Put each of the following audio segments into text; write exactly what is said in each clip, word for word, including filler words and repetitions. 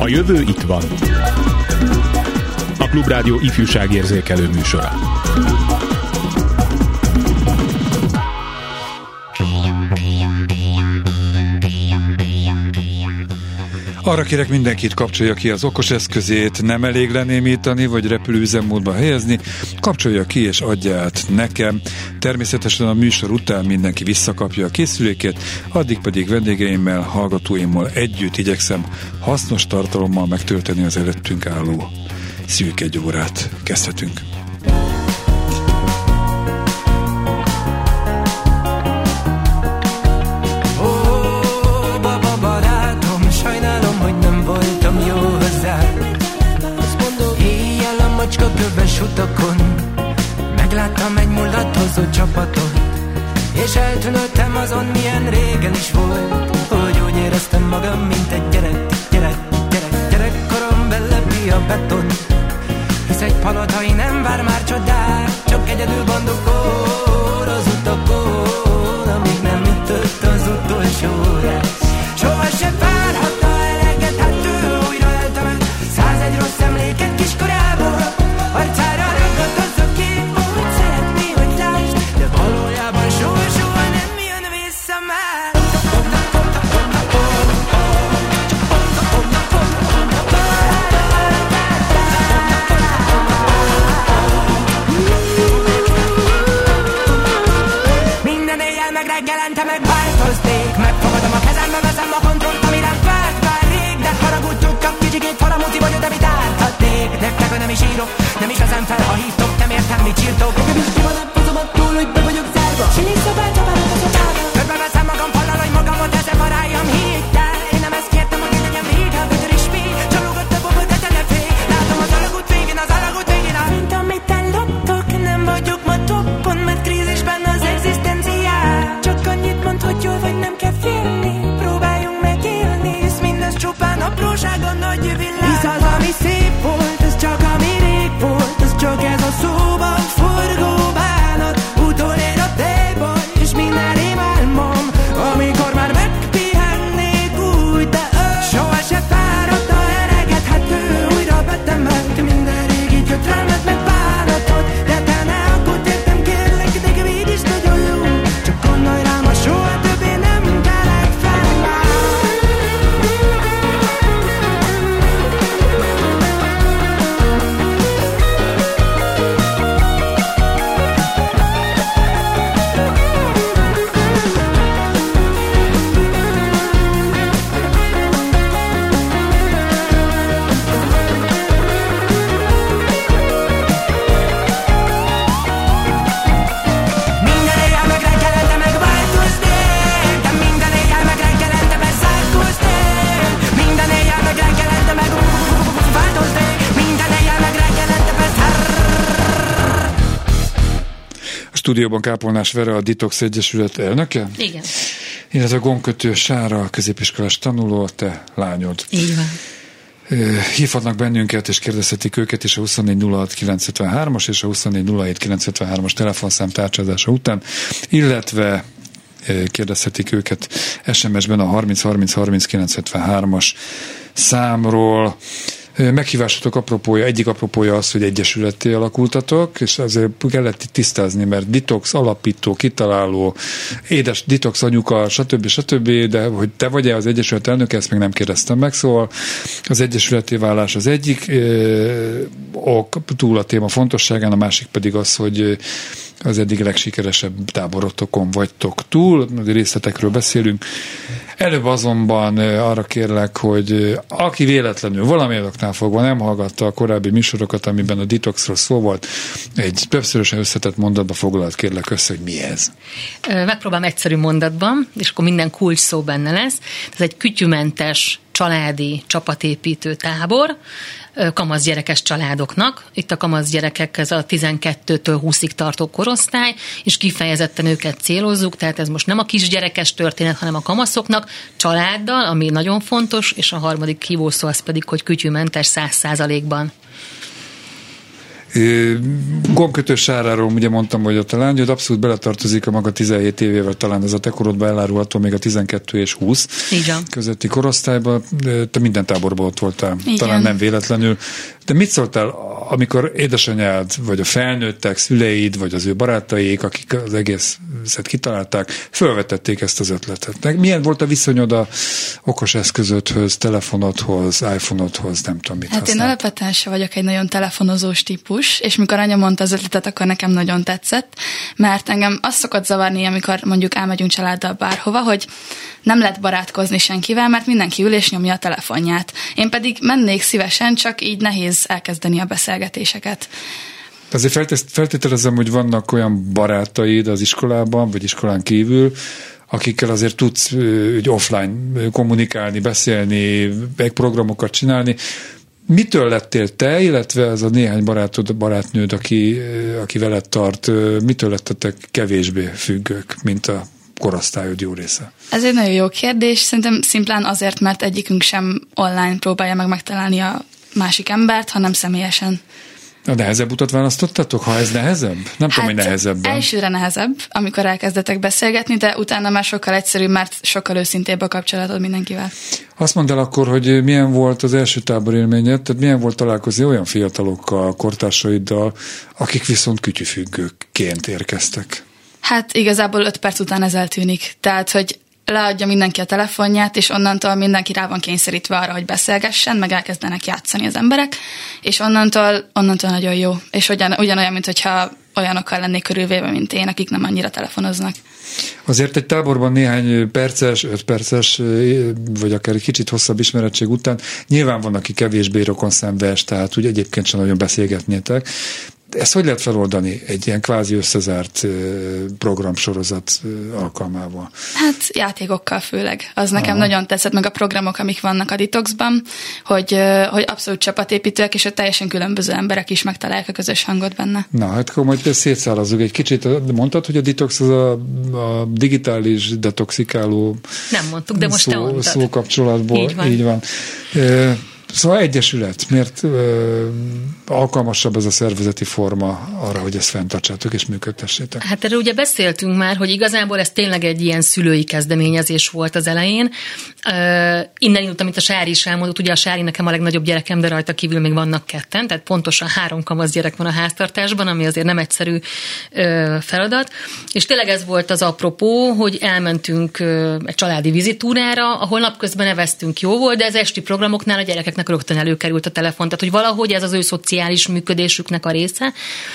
A jövő itt van. A Klubrádió ifjúságérzékelő műsora. Arra kérek mindenkit, kapcsolja ki az okos eszközét, nem elég lenémítani, vagy repülőüzemmódba helyezni, kapcsolja ki és adja át nekem. Természetesen a műsor után mindenki visszakapja a készülékét, addig pedig vendégeimmel, hallgatóimmal együtt igyekszem hasznos tartalommal megtölteni az előttünk álló szűk egy órát. Kezdhetünk. Köves utakon megláttam egy mulatozó csapatot, és eltűnődtem azon, milyen régen is volt, hogy úgy éreztem magam, mint egy gyerek, gyerek, gyerek, gyerekkorom belepi a beton, hisz egy palotai nem vár már csodát, csak egyedül bandukor az utakon, amíg nem ütött az utolsó órát. Soha se várhatta eleget, hát ő újra eltemet százegy rossz emléket kiskorából. Arcára ragad az a kép, úgy szeretné, hogy lásd, de valójában soha-soha nem jön vissza már. Minden éjjel meg reggelente megváltoznék, megfogadom a kezembe, veszem a kontrollt, ami rám várt már rég, de haragudtuk a kicsikét, faramuti vagyok, de mit árthatnék. Nektek, ha nem is írok, nem is veszem fel, ha hívtok, nem értem, mit csírtok. Nekem is ki van epozom attól, hogy be vagyok zárva. Sinész szobát, csapálok az a csávra. Körbeveszem magam fallal, hogy magamot ezzel varáljam hittel. Én nem ezt kértem, hogy legyen rég, ha götör is mi. Csalógott a bobot, de te ne félj. Látom az alagút végén, az alagút végén. Mint amit elloptok, nem vagyok ma toppon, mert krízisben az egzisztenciál. Csak annyit mond, hogy jól vagy, nem kell félni. Próbáljunk megélni, hisz mindez csupán apróság a nagy világ. Hisz az, ami szép volt, ez csak ami rég volt, ez csak ez a szóban forgó bánat. Utolér a playboy, és minden rémálmom, amikor már megpihennék úgy, de ő soha se fáradt a eleget, hát ő újra betemelt minden régi gyötrelmet, meg bánatot. De te ne aggódj, értem, kérlek, nekem így is nagyon jó, csak gondolj rám, ha soha többé nem kelek fel már. Minden éjjel meg reggelente megváltoznék, de minden éjjel meg reggelente bezárkóznék. Minden éjjel meg reggelente megváltoznék, minden éjjel meg reggelente bezár. A stúdióban Kápolnás Vera, a Detox Egyesület elnöke? Igen. Illetve a Gombkötő Sára, a középiskolás tanuló, a te lányod. Így van. Hívhatnak bennünket, és kérdezhetik őket is a huszonnégy nulla hat kilencszázötvenhárom-as és a huszonnégy nulla hét kilencszázötvenhárom-as telefonszám tárcsázása után, illetve kérdezhetik őket es em es-ben a harminc harminc harminc kilencszázötvenhárom-as számról. Meghívásotok apropója, egyik apropója az, hogy egyesületté alakultatok, és azért kellett itt tisztázni, mert detox alapító, kitaláló, édes detox anyuka, stb. stb., de hogy te vagy-e az egyesület elnöke, ezt még nem kérdeztem meg, szóval az egyesületté válás az egyik ok, túl a téma fontosságán, a másik pedig az, hogy az eddig legsikeresebb táborotokon vagytok túl, részletekről beszélünk. Előbb azonban arra kérlek, hogy aki véletlenül valamilyen oknál fogva nem hallgatta a korábbi műsorokat, amiben a detoxról szó volt, egy többszörösen összetett mondatba foglalt kérlek össze, hogy mi ez. Megpróbálom egyszerű mondatban, és akkor minden kulcs szó benne lesz. Ez egy kütyümentes, családi csapatépítő tábor, kamasz gyerekes családoknak. Itt a kamasz gyerekek, ez a tizenkettőtől húszig tartó korosztály, és kifejezetten őket célozzuk, tehát ez most nem a kisgyerekes történet, hanem a kamaszoknak, családdal, ami nagyon fontos, és a harmadik hívószó az pedig, hogy kütyümentes száz százalékban. Gombkötős Sáráról ugye mondtam, hogy a lányod abszolút beletartozik a maga tizenhét évével, talán ez a te korodban elárulható még a tizenkettő és húsz Igen. közötti korosztályban. Te minden táborban ott voltál, Igen. talán nem véletlenül. De mit szóltál, amikor édesanyád, vagy a felnőttek, szüleid, vagy az ő barátaik, akik az egészet kitalálták, felvetették ezt az ötletet? Milyen volt a viszonyod a okos eszközödhöz, telefonodhoz, iPhone-odhoz, nem tudom mit Hát használt? én alapvetően se vagyok egy nagyon telefonozós típus, és mikor anya mondta az ötletet, akkor nekem nagyon tetszett, mert engem azt szokott zavarni, amikor mondjuk elmegyünk családdal bárhova, hogy nem lehet barátkozni senkivel, mert mindenki ül és nyomja a telefonját. Én pedig mennék szívesen, csak így nehéz elkezdeni a beszélgetéseket. Azért feltételezem, hogy vannak olyan barátaid az iskolában, vagy iskolán kívül, akikkel azért tudsz úgy offline kommunikálni, beszélni, meg programokat csinálni. Mitől lettél te, illetve ez a néhány barátod, barátnőd, aki, aki veled tart, mitől lettetek kevésbé függők, mint a korosztályod jó része? Ez egy nagyon jó kérdés, szerintem szimplán azért, mert egyikünk sem online próbálja meg megtalálni a másik embert, hanem személyesen. A nehezebb utat választottatok, ha ez nehezebb? Nem hát tudom, hogy nehezebben. Elsőre nehezebb, amikor elkezdetek beszélgetni, de utána már sokkal egyszerűbb, mert sokkal őszintébb a kapcsolatod mindenkivel. Azt mondd el akkor, hogy milyen volt az első táborélményed, tehát milyen volt találkozni olyan fiatalokkal, kortársaiddal, akik viszont kütyüfüggőként érkeztek? Hát igazából öt perc után ez eltűnik. Tehát, hogy leadja mindenki a telefonját, és onnantól mindenki rá van kényszerítve arra, hogy beszélgessen, meg elkezdenek játszani az emberek, és onnantól, onnantól nagyon jó. És ugyan, ugyanolyan, mint hogyha olyanokkal lennék körülvéve, mint én, akik nem annyira telefonoznak. Azért egy táborban néhány perces, öt perces, vagy akár egy kicsit hosszabb ismerettség után nyilván van, aki kevésbé rokonszenves, tehát úgy egyébként sem nagyon beszélgetnétek. Ezt hogy lehet feloldani egy ilyen kvázi összezárt programsorozat alkalmával? Hát játékokkal főleg. Az nekem Aha. nagyon tetszett, meg a programok, amik vannak a Detoxban, hogy, hogy abszolút csapatépítőek, és hogy teljesen különböző emberek is megtalálják a közös hangot benne. Na, hát akkor majd szétszállazzuk egy kicsit. Mondtad, hogy a Detox az a, a digitális detoxikáló Nem mondtuk, de most szó, te mondtad. Szókapcsolatból. Így van. Így van. E, Szóval egyesület, miért ö, alkalmasabb ez a szervezeti forma arra, hogy ezt fenntartsátok és működtessétek? Hát erről ugye beszéltünk már, hogy igazából ez tényleg egy ilyen szülői kezdeményezés volt az elején. Uh, innen indultam, mint a Sári is elmondott, ugye a Sári nekem a legnagyobb gyerekem, de rajta kívül még vannak ketten, tehát pontosan három kamasz gyerek van a háztartásban, ami azért nem egyszerű uh, feladat. És tényleg ez volt az apropó, hogy elmentünk uh, egy családi vizitúrára, ahol napközben neveztünk, jó volt, de az esti programoknál a gyerekeknek rögtön előkerült a telefon, tehát hogy valahogy ez az ő szociális működésüknek a része,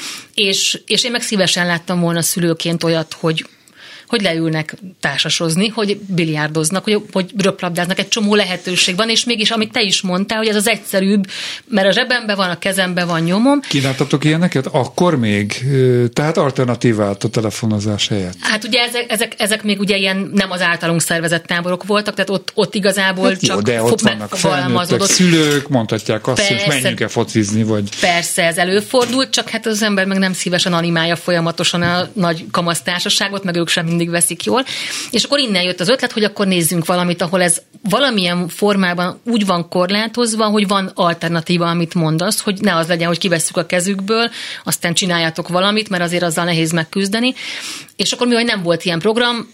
és, és én meg szívesen láttam volna szülőként olyat, hogy hogy leülnek társasozni, hogy biliárdoznak, hogy, hogy röplabdáznak, egy csomó lehetőség van, és mégis, amit te is mondtál, hogy ez az egyszerűbb, mert a zsebemben van, a kezemben van, nyomom. Kínáltatok ilyeneket? Akkor még? Tehát alternatívát a telefonozás helyett? Hát ugye ezek, ezek, ezek még ugye ilyen nem az általunk szervezett táborok voltak, tehát ott, ott igazából hát csak jó, de ott vannak felnőttek szülők, mondhatják azt, persze, hogy menjünk el focizni, vagy... Persze, ez előfordult, csak hát az ember meg nem szívesen animálja folyamatosan a nagy kamasztársaságot, meg ők sem mindig veszik jól. És akkor innen jött az ötlet, hogy akkor nézzünk valamit, ahol ez valamilyen formában úgy van korlátozva, hogy van alternatíva, amit mondasz, hogy ne az legyen, hogy kivesszük a kezükből, aztán csináljátok valamit, mert azért azzal nehéz megküzdeni. És akkor mivel nem volt ilyen program,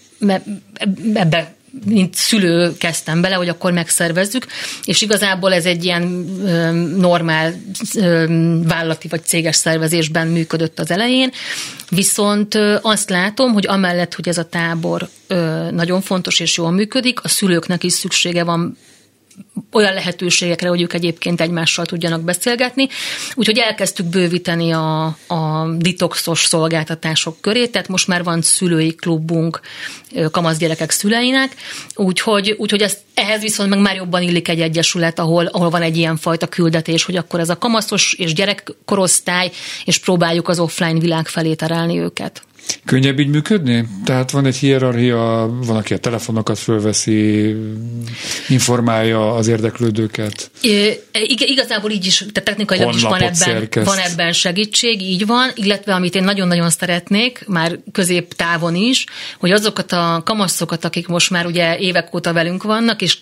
ebbe mint szülő kezdtem bele, hogy akkor megszervezzük, és igazából ez egy ilyen ö, normál ö, vállalati vagy céges szervezésben működött az elején, viszont ö, azt látom, hogy amellett, hogy ez a tábor ö, nagyon fontos és jól működik, a szülőknek is szüksége van olyan lehetőségekre, hogy ők egyébként egymással tudjanak beszélgetni. Úgyhogy elkezdtük bővíteni a, a detoxos szolgáltatások körét, tehát most már van szülői klubunk kamaszgyerekek szüleinek, úgyhogy, úgyhogy ezt, ehhez viszont meg már jobban illik egy egyesület, ahol, ahol van egy ilyen fajta küldetés, hogy akkor ez a kamaszos és gyerekkorosztály, és próbáljuk az offline világ felé terelni őket. Könnyebb így működni? Tehát van egy hierarchia, van, aki a telefonokat fölveszi, informálja az érdeklődőket? I- igazából így is, tehát technikailag is van ebben, van ebben segítség, így van, illetve amit én nagyon-nagyon szeretnék, már középtávon is, hogy azokat a kamaszokat, akik most már ugye évek óta velünk vannak, és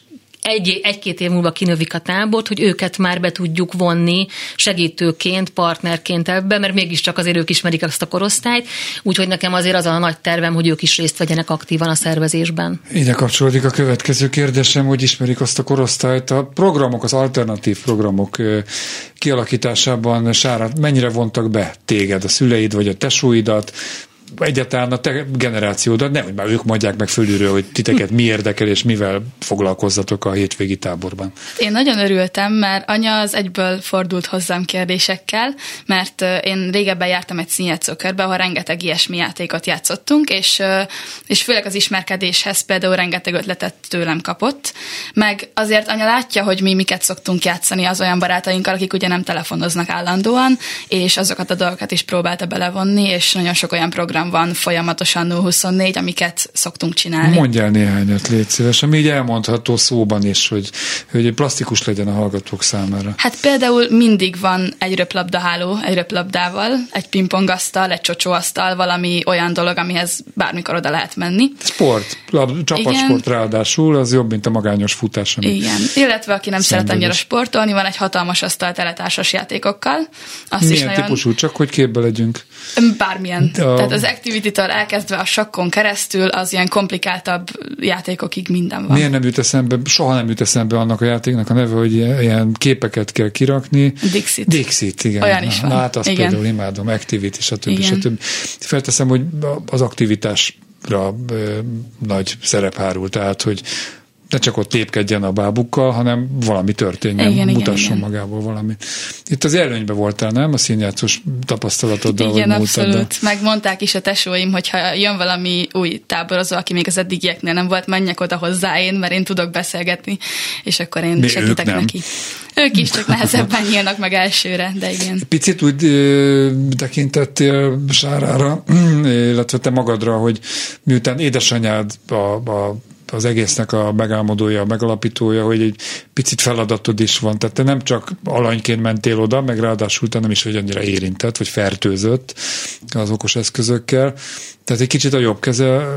egy, egy-két év múlva kinövik a tábort, hogy őket már be tudjuk vonni segítőként, partnerként ebbe, mert mégiscsak azért ők ismerik azt a korosztályt, úgyhogy nekem azért az a nagy tervem, hogy ők is részt vegyenek aktívan a szervezésben. Ide kapcsolódik a következő kérdésem, hogy ismerik azt a korosztályt. A programok, az alternatív programok kialakításában, Sára, mennyire vontak be téged, a szüleid vagy a tesóidat, egyáltalán a te generációdat, nehogy már ők mondják meg fölülről, hogy titeket mi érdekel, és mivel foglalkozzatok a hétvégi táborban. Én nagyon örültem, mert anya az egyből fordult hozzám kérdésekkel, mert én régebben jártam egy színjátszókörbe, ahol rengeteg ilyesmi játékot játszottunk, és, és főleg az ismerkedéshez például rengeteg ötletet tőlem kapott, meg azért anya látja, hogy mi miket szoktunk játszani az olyan barátainkkal, akik ugye nem telefonoznak állandóan, és azokat a dolgokat is próbálta belevonni, és nagyon sok olyan program van folyamatosan nulla huszonnégy, amiket szoktunk csinálni. Mondj el néhányat, légy szíves, ami így elmondható szóban is, hogy, hogy plastikus legyen a hallgatók számára. Hát például mindig van egy röplabdaháló, egy röplabdával, egy pingpongasztal, egy csocsóasztal, valami olyan dolog, amihez bármikor oda lehet menni. Sport, csapatsport ráadásul, az jobb, mint a magányos futás. Igen, illetve aki nem szeret annyira sportolni, van egy hatalmas asztal teletársas játékokkal. Azt Milyen is nagyon... típusú, csak hogy képbe legyünk? Bármilyen. A... Tehát az Activity-től elkezdve a sakkon keresztül az ilyen komplikáltabb játékokig minden van. Miért nem jut eszembe, soha nem jut eszembe annak a játéknak a neve, hogy ilyen képeket kell kirakni. Dixit. Dixit, igen. Olyan is van. Na, hát azt igen. Például imádom, Activity, stb. stb. Felteszem, hogy az aktivitásra ö, nagy szerep hárul, tehát, hogy ne csak ott lépkedjen a bábukkal, hanem valami történjen, igen, mutasson igen, magából valamit. Itt az előnybe voltál, nem? A színjátszós tapasztalatoddal, igen, vagy abszolút. múltaddal. Megmondták is a tesóim, hogyha jön valami új táborozó, aki még az eddigieknél nem volt, menjek oda hozzá én, mert én tudok beszélgetni, és akkor én Mi segítek ők neki. Ők is csak nehezebben nyílnak meg elsőre, de igen. Picit úgy ö, tekintettél Sárára, illetve te magadra, hogy miután édesanyád a, a az egésznek a megálmodója, a megalapítója, hogy egy picit feladatod is van. Tehát te nem csak alanyként mentél oda, meg ráadásul te nem is vagy annyira érintett, vagy fertőzött az okos eszközökkel. Tehát egy kicsit a jobb keze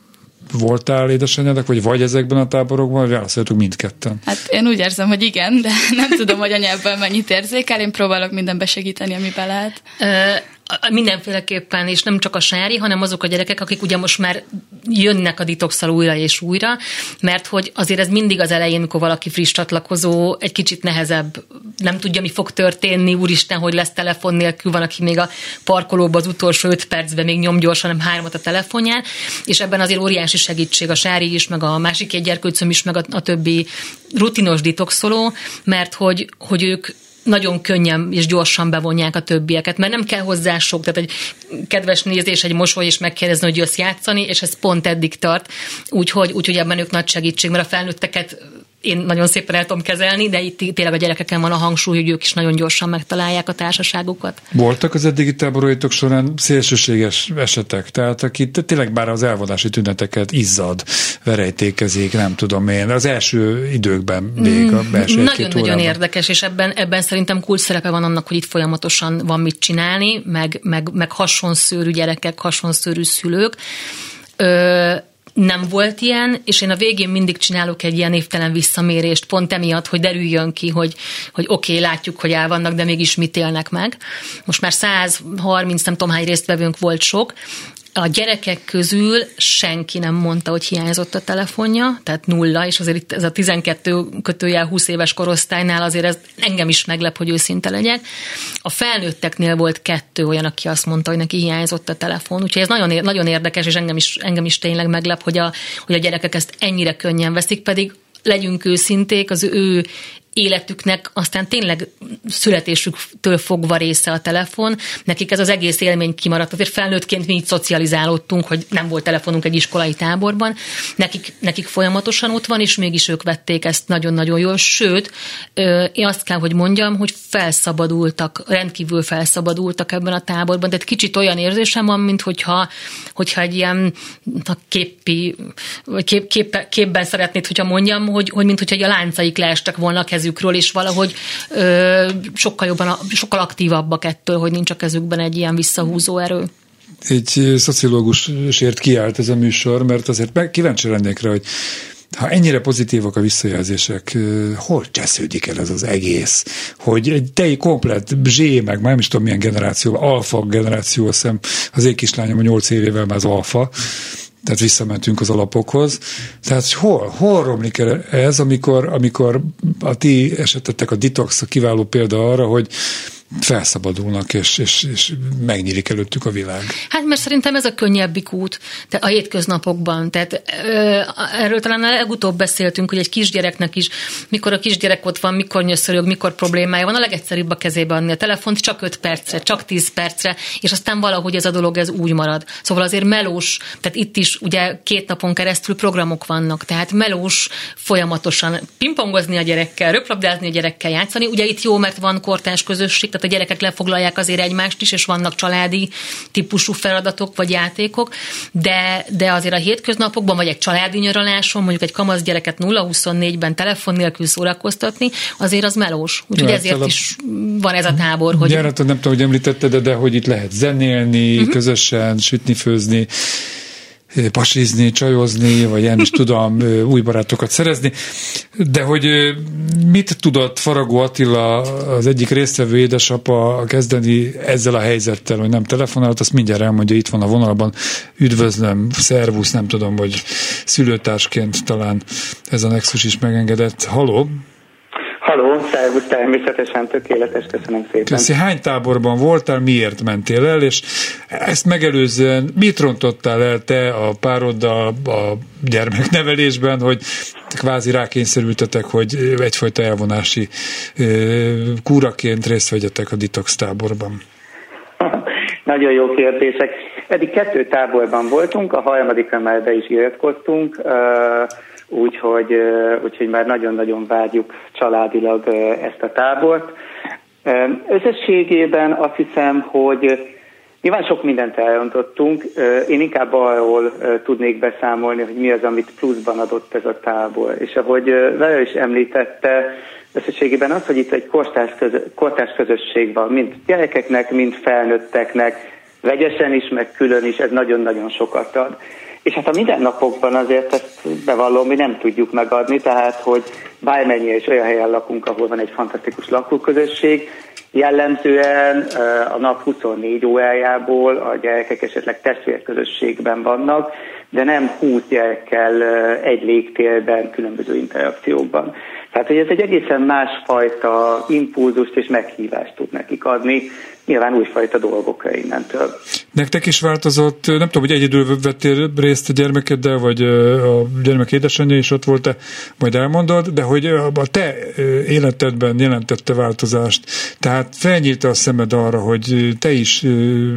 voltál édesanyának, vagy vagy ezekben a táborokban, vagy válaszoljatok mindketten? Hát én úgy érzem, hogy igen, de nem tudom, hogy anya ebből mennyit érzékel, én próbálok mindenbe segíteni, amiben lehet. Mindenféleképpen, és nem csak a Sári, hanem azok a gyerekek, akik ugye most már jönnek a detoxal újra és újra, mert hogy azért ez mindig az elején, mikor valaki friss csatlakozó, egy kicsit nehezebb, nem tudja, mi fog történni, úristen, hogy lesz telefon nélkül, van, aki még a parkolóban az utolsó öt percben még nyom gyorsan, nem hármat a telefonján, és ebben azért óriási segítség a Sári is, meg a másik egy gyerkőcöm is, meg a, a többi rutinos detoxoló, mert hogy, hogy ők nagyon könnyen és gyorsan bevonják a többieket, mert nem kell hozzá sok, tehát egy kedves nézés, egy mosoly, és megkérdezni, hogy jössz játszani, és ez pont eddig tart, úgyhogy, úgyhogy ebben ők nagy segítség, mert a felnőtteket én nagyon szépen el tudom kezelni, de itt tényleg a gyerekeken van a hangsúly, hogy ők is nagyon gyorsan megtalálják a társaságukat. Voltak az eddigi táboraitok során szélsőséges esetek, tehát aki tényleg bár az elvonási tüneteket izzad, verejtékezik, nem tudom én, az első időkben még a első Nagyon-nagyon érdekes, és ebben, ebben szerintem kulcs szerepe van annak, hogy itt folyamatosan van mit csinálni, meg, meg, meg hasonszőrű gyerekek, hasonszőrű szülők. Ö, Nem volt ilyen, és én a végén mindig csinálok egy ilyen évtelen visszamérést, pont emiatt, hogy derüljön ki, hogy, hogy oké, okay, látjuk, hogy el vannak, de mégis mit élnek meg. Most már száz harminc, nem tudom hány résztvevőnk volt sok. A gyerekek közül senki nem mondta, hogy hiányzott a telefonja, tehát nulla, és azért itt ez a tizenkettő kötőjel húsz éves korosztálynál azért ez engem is meglep, hogy őszinte legyek. A felnőtteknél volt kettő olyan, aki azt mondta, hogy neki hiányzott a telefon, úgyhogy ez nagyon, nagyon érdekes, és engem is, engem is tényleg meglep, hogy a, hogy a gyerekek ezt ennyire könnyen veszik, pedig legyünk őszinték, az ő életüknek aztán tényleg születésüktől fogva része a telefon. Nekik ez az egész élmény kimaradt. Azért felnőttként mi így szocializálódtunk, hogy nem volt telefonunk egy iskolai táborban. Nekik, nekik folyamatosan ott van, és mégis ők vették ezt nagyon-nagyon jól. Sőt, én azt kell, hogy mondjam, hogy felszabadultak, rendkívül felszabadultak ebben a táborban. Tehát kicsit olyan érzésem van, mint hogyha, hogyha egy ilyen képi, vagy kép, kép, képben szeretnéd, hogyha mondjam, hogy, hogy mint hogyha a láncaik leestek volna a kezükről, és valahogy ö, sokkal jobban, sokkal aktívabbak ettől, hogy nincs a kezükben egy ilyen visszahúzó erő. Egy szociológusért kiállt ez a műsor, mert azért kíváncsi lennék rá, hogy Ha ennyire pozitívak a visszajelzések, hol csesződik el ez az egész? Hogy egy teljes komplet zsé, meg már nem is tudom milyen generáció, alfa generáció, azt hiszem az én kislányom a nyolc évével már az alfa, tehát visszamentünk az alapokhoz. Tehát hol, hol romlik ez, amikor, amikor a ti esetetek, a detox a kiváló példa arra, hogy felszabadulnak, és, és, és megnyílik előttük a világ. Hát mert szerintem ez a könnyebbik út a hétköznapokban. Tehát ö, erről talán a legutóbb beszéltünk, hogy egy kisgyereknek is, mikor a kisgyerek ott van, mikor nyöszörög, mikor problémája van, a legegyszerűbb a kezébe adni a telefont, csak öt percre, csak tíz percre, és aztán valahogy ez a dolog ez úgy marad. Szóval azért melós, tehát itt is ugye két napon keresztül programok vannak, tehát melós folyamatosan pingpongozni a gyerekkel, röplabdázni a gyerekkel, játszani. Ugye itt jó, mert van kortárs közösség, tehát a gyerekek lefoglalják azért egymást is, és vannak családi típusú feladatok vagy játékok, de, de azért a hétköznapokban, vagy egy családi nyaraláson, mondjuk egy kamasz gyereket nulla huszonnégyben telefon nélkül szórakoztatni, azért az melós. Úgyhogy ja, ezért a... is van ez a tábor. Hogy... Gyere, nem tudom, hogy említetted, de, de hogy itt lehet zenélni, uh-huh. közösen, sütni, főzni, pasizni, csajozni, vagy én is tudom, új barátokat szerezni, de hogy mit tudott Faragó Attila, az egyik résztvevő édesapa kezdeni ezzel a helyzettel, hogy nem telefonált, azt mindjárt elmondja, itt van a vonalban, üdvözlöm, szervusz, nem tudom, hogy szülőtársként talán ez a Nexus is megengedett. Halló? Halló, szervusz, természetesen tökéletes, köszönöm szépen. Köszi, hány táborban voltál, miért mentél el, és ezt megelőzően mit rontottál el te a pároddal a gyermeknevelésben, hogy kvázi rákényszerültetek, hogy egyfajta elvonási kúraként részt vegyetek a detox táborban? Nagyon jó kérdések. Eddig kettő táborban voltunk, a harmadikra már be is iratkoztunk, Úgyhogy, úgyhogy már nagyon-nagyon várjuk családilag ezt a tábort. Összességében azt hiszem, hogy nyilván sok mindent elrontottunk. Én inkább arról tudnék beszámolni, hogy mi az, amit pluszban adott ez a tábor. És ahogy Vera is említette, összességében az, hogy itt egy kortárs, közö, kortárs közösség van, mind gyerekeknek, mind felnőtteknek, vegyesen is, meg külön is, ez nagyon-nagyon sokat ad. És hát a mindennapokban azért ezt bevallom, mi nem tudjuk megadni, tehát hogy bármennyire is olyan helyen lakunk, ahol van egy fantasztikus lakóközösség, jellemzően a nap huszonnégy órájából a gyerekek esetleg testvérközösségben vannak, de nem húsz gyerekkel egy légtérben, különböző interakciókban. Tehát, hogy ez egy egészen másfajta impulzust és meghívást tud nekik adni, nyilván újfajta dolgokra innentől. Nektek is változott, nem tudom, hogy egyedül vettél részt a gyermekeddel, vagy a gyermek édesanyja is ott volt-e, majd elmondod, de hogy a te életedben jelentette változást, tehát felnyílte a szemed arra, hogy te is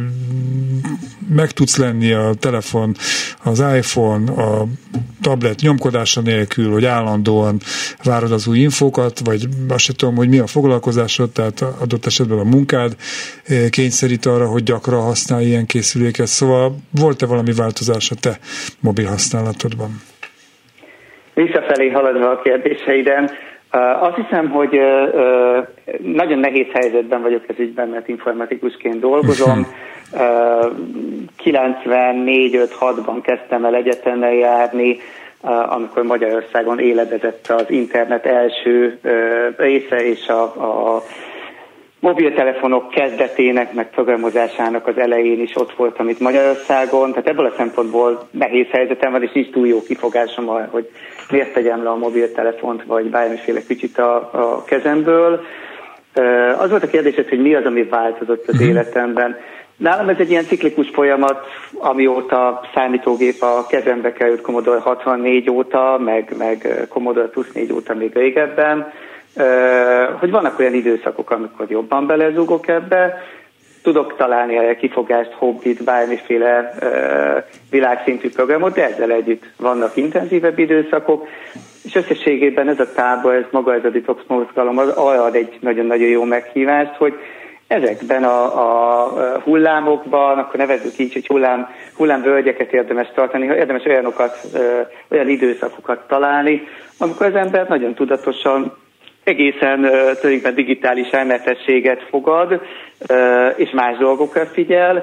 meg tudsz lenni a telefon, az iPhone, a tablet nyomkodása nélkül, hogy állandóan várod az új infókat, vagy azt sem tudom, hogy mi a foglalkozásod, tehát adott esetben a munkád kényszerít arra, hogy gyakran használj ilyen készüléket. Szóval volt-e valami változás a te mobil használatodban? Visszafelé haladva a kérdéseiden, azt hiszem, hogy nagyon nehéz helyzetben vagyok ez ügyben, mert informatikusként dolgozom. kilencvennégy öt hatban kezdtem el egyetemre járni, amikor Magyarországon éledezett az internet első része, és a, a mobiltelefonok kezdetének, meg programozásának az elején is ott voltam itt Magyarországon, tehát ebből a szempontból nehéz helyzetem van, és nincs túl jó kifogásom arra, hogy miért tegyem le a mobiltelefont, vagy bármiféle kicsit a, a kezemből. Az volt a kérdés, hogy mi az, ami változott az életemben. Nálam ez egy ilyen ciklikus folyamat, amióta számítógép a kezembe került Commodore hatvannégy óta, meg, meg Commodore plusz négy óta még régebben, hogy vannak olyan időszakok, amikor jobban belezúgok ebbe, tudok találni a kifogást, hobbit, bármiféle világszintű programot, de ezzel együtt vannak intenzívebb időszakok, és összességében ez a tábor, ez maga ez a detox mozgalom az arra ad egy nagyon-nagyon jó meghívást, hogy ezekben a, a hullámokban, akkor nevezzük így, hogy hullám, hullámvölgyeket érdemes tartani, érdemes olyanokat, olyan időszakokat találni, amikor az ember nagyon tudatosan egészen tulajdonképpen digitális elméletességet fogad, és más dolgokra figyel,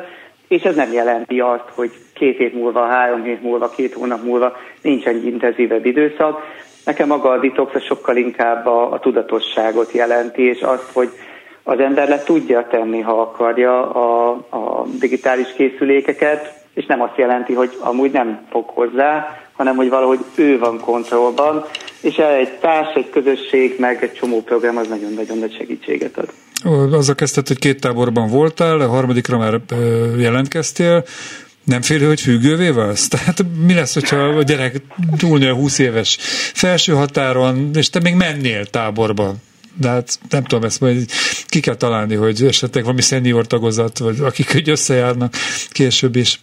és ez nem jelenti azt, hogy két hét múlva, három hét múlva, két hónap múlva nincs egy intenzívebb időszak. Nekem maga a detox sokkal inkább a, a tudatosságot jelenti, és azt, hogy az ember le tudja tenni, ha akarja a, a digitális készülékeket, és nem azt jelenti, hogy amúgy nem fog hozzá, hanem hogy valahogy ő van kontrollban, és egy társ, egy közösség, meg egy csomó program az nagyon-nagyon nagy segítséget ad. Azzal kezdted, hogy két táborban voltál, a harmadikra már jelentkeztél. Nem félő, hogy függővé válsz? Tehát mi lesz, hogyha a gyerek túlnő a húsz éves felső határon, és te még mennél táborba? De hát nem tudom, ezt majd ki kell találni, hogy esetleg valami szenior tagozat, vagy akik hogy összejárnak később is.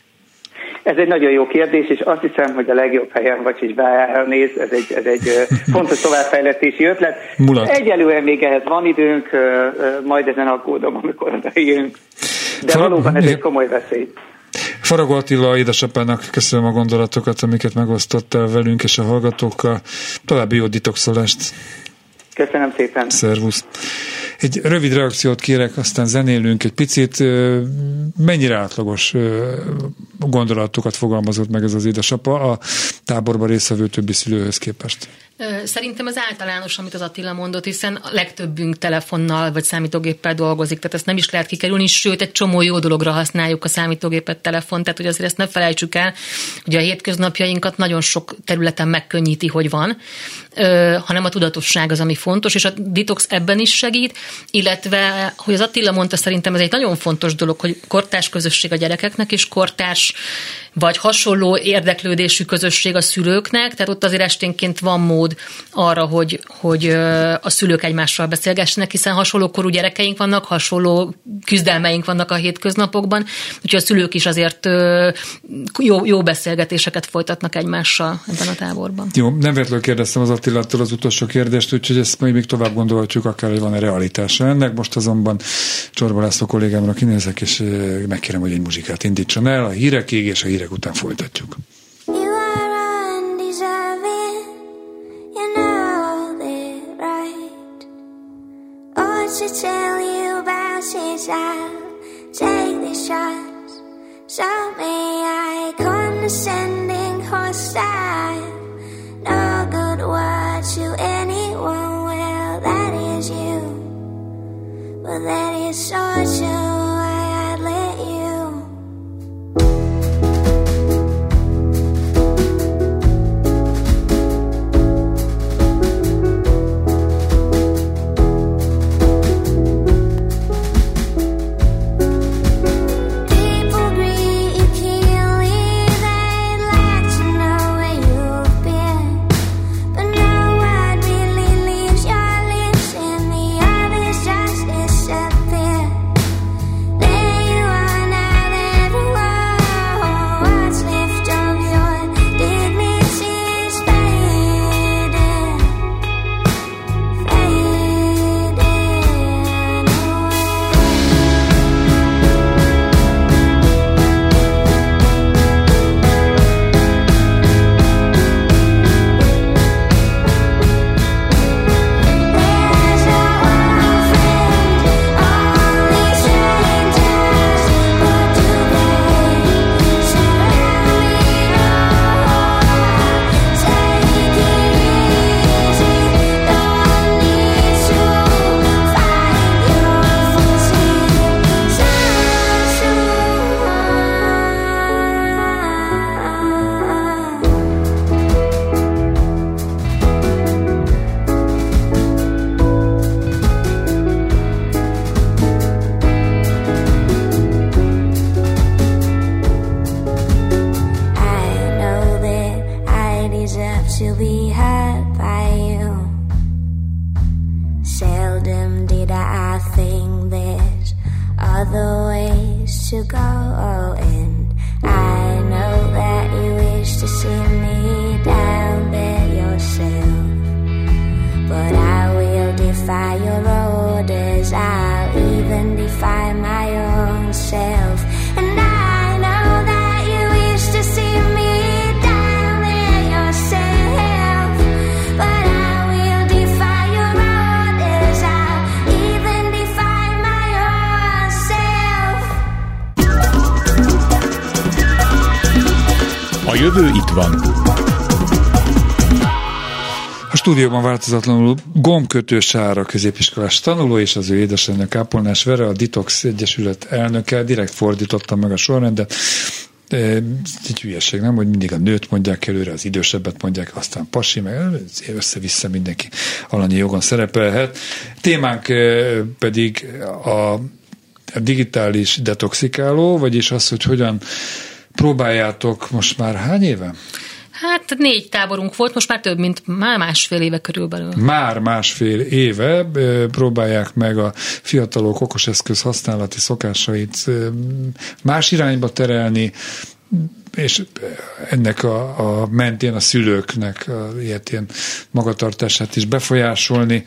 Ez egy nagyon jó kérdés, és azt hiszem, hogy a legjobb helyen vagy, hogy Bájára néz, ez egy, ez egy fontos továbbfejlesztési ötlet. Mulat. Egyelőre még ehhez van időnk, majd ezen aggódom, amikor odaérünk. De Farag... valóban ez egy komoly veszély. Faragó Attila édesapának köszönöm a gondolatokat, amiket megosztottál velünk és a hallgatókkal. További jó detoxolást! Köszönöm szépen! Szervusz! Egy rövid reakciót kérek, aztán zenélünk egy picit. Mennyire átlagos gondolatokat fogalmazott meg ez az édesapa a táborban résztvevő többi szülőhöz képest? Szerintem ez általános, amit az Attila mondott, hiszen a legtöbbünk telefonnal vagy számítógéppel dolgozik, tehát ezt nem is lehet kikerülni, sőt, egy csomó jó dologra használjuk a számítógépet, telefon, tehát hogy azért ezt ne felejtsük el, hogy a hétköznapjainkat nagyon sok területen megkönnyíti, hogy van, hanem a tudatosság az, ami fontos, és a detox ebben is segít, illetve, hogy az Attila mondta, szerintem ez egy nagyon fontos dolog, hogy kortárs közösség a gyerekeknek, és kortárs vagy hasonló érdeklődésű közösség a szülőknek, tehát ott azért esténként van mód arra, hogy, hogy a szülők egymással beszélgessenek, hiszen hasonló korú gyerekeink vannak, hasonló küzdelmeink vannak a hétköznapokban, úgyhogy a szülők is azért jó, jó beszélgetéseket folytatnak egymással ebben a táborban. Jó, nem véletlenül kérdeztem az Attilától az utolsó kérdést, úgyhogy ezt majd még tovább gondolhatjuk, akár, hogy van-e realitása ennek. Most azonban Csorba László kollégámra kinézek, és megkérem, hogy egy muzsikát indítson el, a hírekig, és a hírek után folytatjuk. To tell you about it, I'll take these shots. Show me I condescending, hostile, no good word to anyone. Well, that is you, but that is so true. I'd let you. jövő itt van. A stúdióban változatlanul Gombkötő Sára középiskolás tanuló és az ő édesanyja Kápolnás Vera, a Detox Egyesület elnöke. Direkt fordítottam meg a sorrendet. Egy hülyeség, nem? Hogy mindig a nőt mondják előre, az idősebbet mondják, aztán pasi, meg össze-vissza mindenki alanyi jogon szerepelhet. Témánk pedig a a digitális detoxikáló, vagyis az, hogy hogyan próbáljátok most már hány éve? Hát négy táborunk volt, most már több, mint már másfél éve körülbelül. Már másfél éve próbálják meg a fiatalok okoseszköz használati szokásait más irányba terelni, és ennek a, a mentén a szülőknek a ilyetén magatartását is befolyásolni.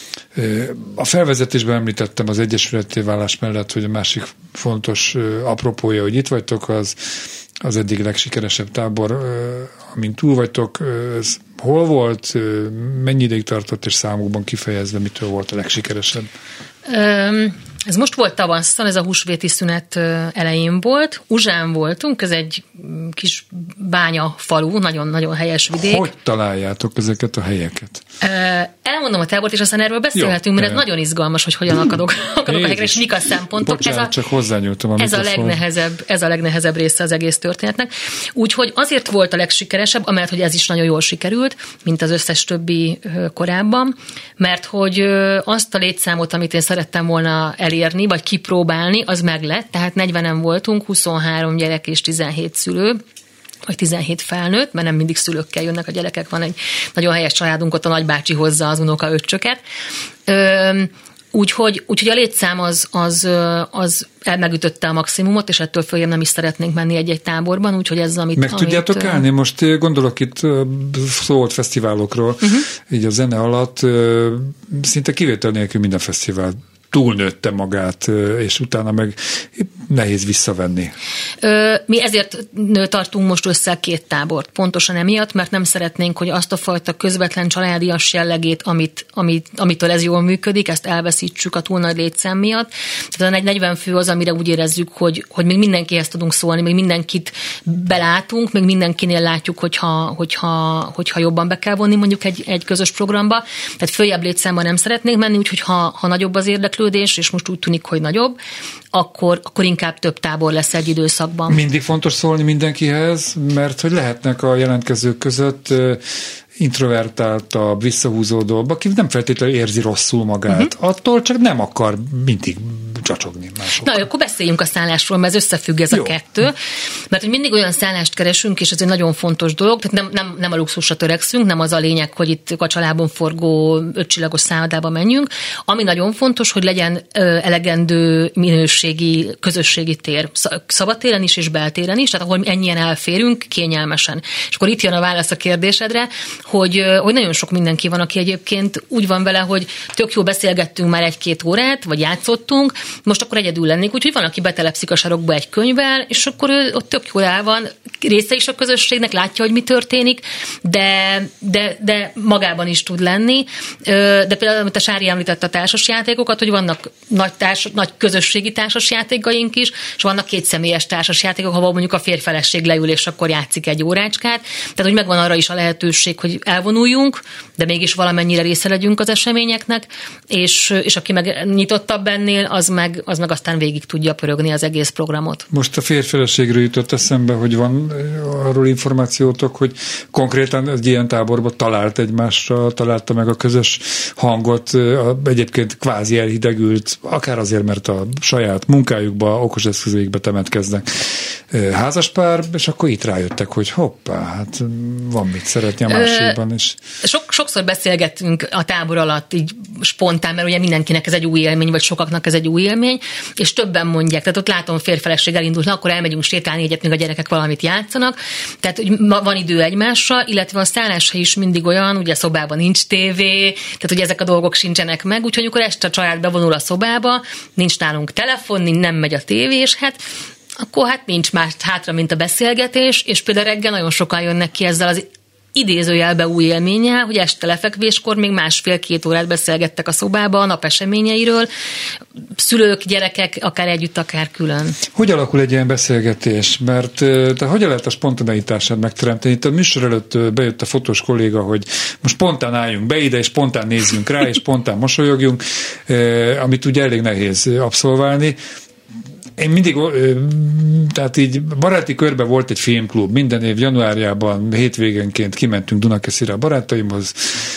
A felvezetésben említettem az egyesületé válás mellett, hogy a másik fontos apropója, hogy itt vagytok, az, az eddig legsikeresebb tábor, amin túl vagytok. Ez hol volt, mennyi ideig tartott, és számokban kifejezve mitől volt a legsikeresebb? Um. Ez most volt tavasszal, ez a húsvéti szünet elején volt. Uzsán voltunk, ez egy kis bánya falu, nagyon-nagyon helyes vidék. Hogy találjátok ezeket a helyeket? Elmondom a tábort, és aztán erről beszélhetünk, mert ez nagyon izgalmas, hogy hogyan akadok, akadok a helyekre, és mik a szempontok. Bocsánat, ez a, csak hozzányúltam a ez a legnehezebb, ez a legnehezebb része az egész történetnek. Úgyhogy azért volt a legsikeresebb, amellett, hogy ez is nagyon jól sikerült, mint az összes többi korábban, mert hogy azt a létszámot, amit én szerettem volna elérni, vagy kipróbálni, az meg lett, tehát negyvenen voltunk, huszonhárom gyerek és tizenhét szülő, vagy tizenhét felnőtt, mert nem mindig szülőkkel jönnek a gyerekek, van egy nagyon helyes családunk, ott a nagybácsi hozza az unoka öccsöket. Úgyhogy, úgyhogy a létszám az, az, az megütötte a maximumot, és ettől följebb nem is szeretnénk menni egy-egy táborban, úgyhogy ez, amit... Meg tudjátok amit, állni? Most gondolok itt szó volt fesztiválokról, uh-huh. így a zene alatt szinte kivétel nélkül minden fesztivál túlnőtte magát, és utána meg nehéz visszavenni. Mi ezért tartunk most össze két tábort. Pontosan emiatt, mert nem szeretnénk, hogy azt a fajta közvetlen családias jellegét, amit, amit, amitől ez jól működik, ezt elveszítsük a túl nagy létszám miatt. Tehát a negyven fő az, amire úgy érezzük, hogy, hogy még mindenkihez tudunk szólni, még mindenkit belátunk, még mindenkinél látjuk, hogyha, hogyha, hogyha jobban be kell vonni mondjuk egy, egy közös programba. Tehát följebb létszámban nem szeretnénk menni, úgyhogy ha, ha nagyobb az érdeklődés, és most úgy tűnik, hogy nagyobb, akkor, akkor inkább több tábor lesz egy időszakban. Mindig fontos szólni mindenkihez, mert hogy lehetnek a jelentkezők között introvertáltabb, visszahúzódóbb, aki nem feltétlenül érzi rosszul magát. Uh-huh. Attól csak nem akar mindig csacsogni másokkal. Na, akkor beszéljünk a szállásról, mert ez összefügg ez Jó. a kettő. Mert hogy mindig olyan szállást keresünk, és ez egy nagyon fontos dolog, tehát nem, nem, nem a luxusra törekszünk, nem az a lényeg, hogy itt a családon forgó ötcsillagos szállodába menjünk. Ami nagyon fontos, hogy legyen ö, elegendő minőségi, közösségi tér. Szabadtéren is és beltéren is, tehát ahol ennyien elférünk, kényelmesen. És akkor itt jön a válasz a kérdésedre, hogy, hogy nagyon sok mindenki van, aki egyébként úgy van vele, hogy tök jó beszélgettünk már egy-két órát, vagy játszottunk, most akkor egyedül lennék, úgyhogy van, aki betelepszik a sarokba egy könyvvel, és akkor ő ott tök jól el van, része is a közösségnek, látja, hogy mi történik, de, de, de magában is tud lenni. De például, amit a Sári említett a társasjátékokat, hogy vannak nagy, társ, nagy közösségi társasjátékaink is, és vannak kétszemélyes társasjátékok, ahol mondjuk a férj-feleség leül, és akkor játszik egy órácskát. Tehát, hogy megvan arra is a lehetőség, hogy elvonuljunk, de mégis valamennyire része legyünk az eseményeknek, és, és aki meg nyitottabb ennél, az meg, az meg aztán végig tudja pörögni az egész programot. Most a férj-feleségről jutott eszembe, hogy van arról információtok, hogy konkrétan egy ilyen táborban talált egymásra, találta meg a közös hangot, egyébként kvázi elhidegült, akár azért, mert a saját munkájukba, okos eszközeikbe temetkeznek házaspár, és akkor itt rájöttek, hogy hoppá, hát van mit szeretni a másikban is. Sok, sokszor beszélgettünk a tábor alatt így spontán, mert ugye mindenkinek ez egy új élmény, vagy sokaknak ez egy új élmény, és többen mondják, tehát ott látom, férj-feleség elindult, na, akkor elmegyünk sétálni egyet, még a gyerekek valamit játszanak, tehát hogy van idő egymásra, illetve a szálláshely is mindig olyan, ugye a szobában nincs tévé, tehát ugye ezek a dolgok sincsenek meg, úgyhogy amikor este a család bevonul a szobába, nincs nálunk telefon, nem megy a tévé, és hát akkor hát nincs más hátra, mint a beszélgetés, és például reggel nagyon sokan jönnek ki ezzel az idézőjelbe új élménnyel, hogy este lefekvéskor még másfél-két órát beszélgettek a szobában a nap eseményeiről, szülők, gyerekek, akár együtt, akár külön. Hogy alakul egy ilyen beszélgetés? Mert te hogyan lehet a spontaneitását megteremteni? Itt a műsor előtt bejött a fotós kolléga, hogy most spontán álljunk be ide, és spontán nézzünk rá, és spontán mosolyogjunk, amit ugye elég nehéz abszolválni. Én mindig, tehát így baráti körben volt egy filmklub, minden év januárjában hétvégenként kimentünk Dunakeszire a barátaimhoz,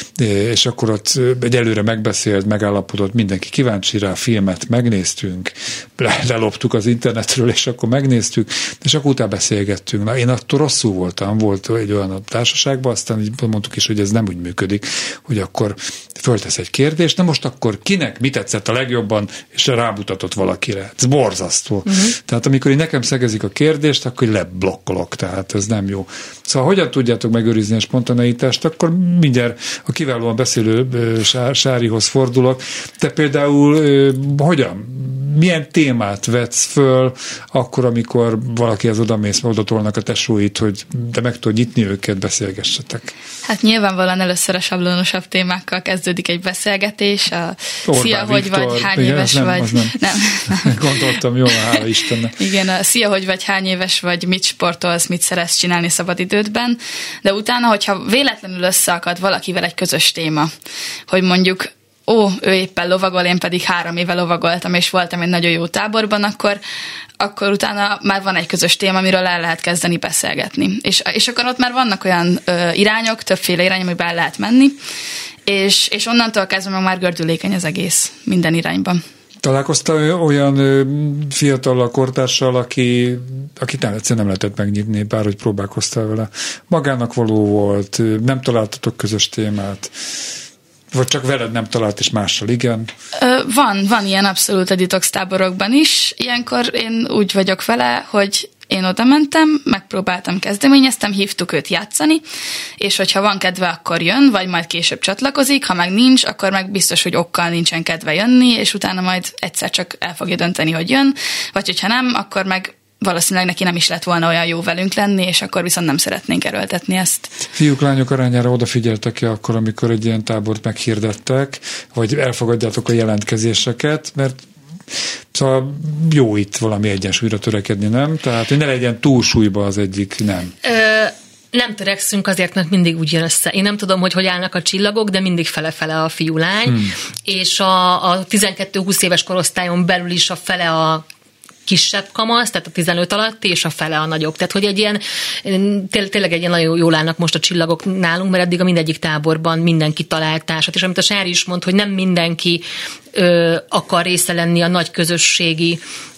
és akkor ott egy előre megbeszélt, megállapodott, mindenki kíváncsi rá, filmet megnéztünk, leloptuk az internetről, és akkor megnéztük, és akkor utána beszélgettünk. Na, én attól rosszul voltam, volt egy olyan társaságban, aztán így mondtuk is, hogy ez nem úgy működik, hogy akkor föltesz egy kérdést, na most akkor kinek mi tetszett a legjobban, és rámutatott valakire. Ez borzasztó. Uh-huh. Tehát amikor nekem szegezik a kérdést, akkor leblokkolok, tehát ez nem jó. Szóval hogyan tudjátok megőrizni a spontaneitást, akkor mindjárt a kiválóan beszélő Sárihoz fordulok. Te például hogyan, milyen témát vetsz föl akkor, amikor valaki az odamész, oda tolnak a tesóit, hogy de meg tudod nyitni őket, beszélgessetek? Hát nyilvánvalóan először a sablonosabb témákkal kezdődik egy beszélgetés. A Orbán szia, Viktor, hogy vagy, hány igen, éves nem, vagy. Nem. nem, nem. Gondoltam, jó, hála Istennek. Igen, a szia, hogy vagy, hány éves vagy, mit sportolsz, mit szeretsz csinálni szabadidődben, de utána, hogyha véletlenül összeakad valakivel egy közös téma, hogy mondjuk ó, ő éppen lovagol, én pedig három éve lovagoltam, és voltam egy nagyon jó táborban, akkor, akkor utána már van egy közös téma, amiről el lehet kezdeni beszélgetni. És, és akkor ott már vannak olyan ö, irányok, többféle irány, amiben el lehet menni, és, és onnantól kezdve meg már gördülékeny az egész minden irányban. Találkoztál olyan fiatal kortársal, aki, akit nem, egyszerűen nem lehetett megnyitni, bár hogy próbálkoztál vele. Magának való volt, nem találtatok közös témát, vagy csak veled nem talált, és mással igen? Van, van ilyen abszolút a detox táborokban is. Ilyenkor én úgy vagyok vele, hogy én oda mentem, megpróbáltam, kezdeményeztem, hívtuk őt játszani, és hogyha van kedve, akkor jön, vagy majd később csatlakozik, ha meg nincs, akkor meg biztos, hogy okkal nincsen kedve jönni, és utána majd egyszer csak el fogja dönteni, hogy jön, vagy hogyha nem, akkor meg valószínűleg neki nem is lett volna olyan jó velünk lenni, és akkor viszont nem szeretnénk erőltetni ezt. Fiúk, lányok arányára odafigyeltek-e akkor, amikor egy ilyen tábort meghirdettek, vagy elfogadjátok a jelentkezéseket, mert szóval jó itt valami egyensúlyra törekedni, nem? Tehát, hogy ne legyen túlsúlyba az egyik, nem. Ö, nem törekszünk azért, mert mindig úgy jön össze. Én nem tudom, hogy hogy állnak a csillagok, de mindig fele-fele a fiú-lány, hmm. és a, a tizenkettő-húsz éves korosztályon belül is a fele a kisebb kamasz, tehát a tizenöt alatti, és a fele a nagyobb. Tehát, hogy egy ilyen, tényleg egy ilyen nagyon jól állnak most a csillagok nálunk, mert eddig a mindegyik táborban mindenki talált társat, és amit a Sári is mond, hogy nem mindenki ö, akar része lenni a nagy közösségi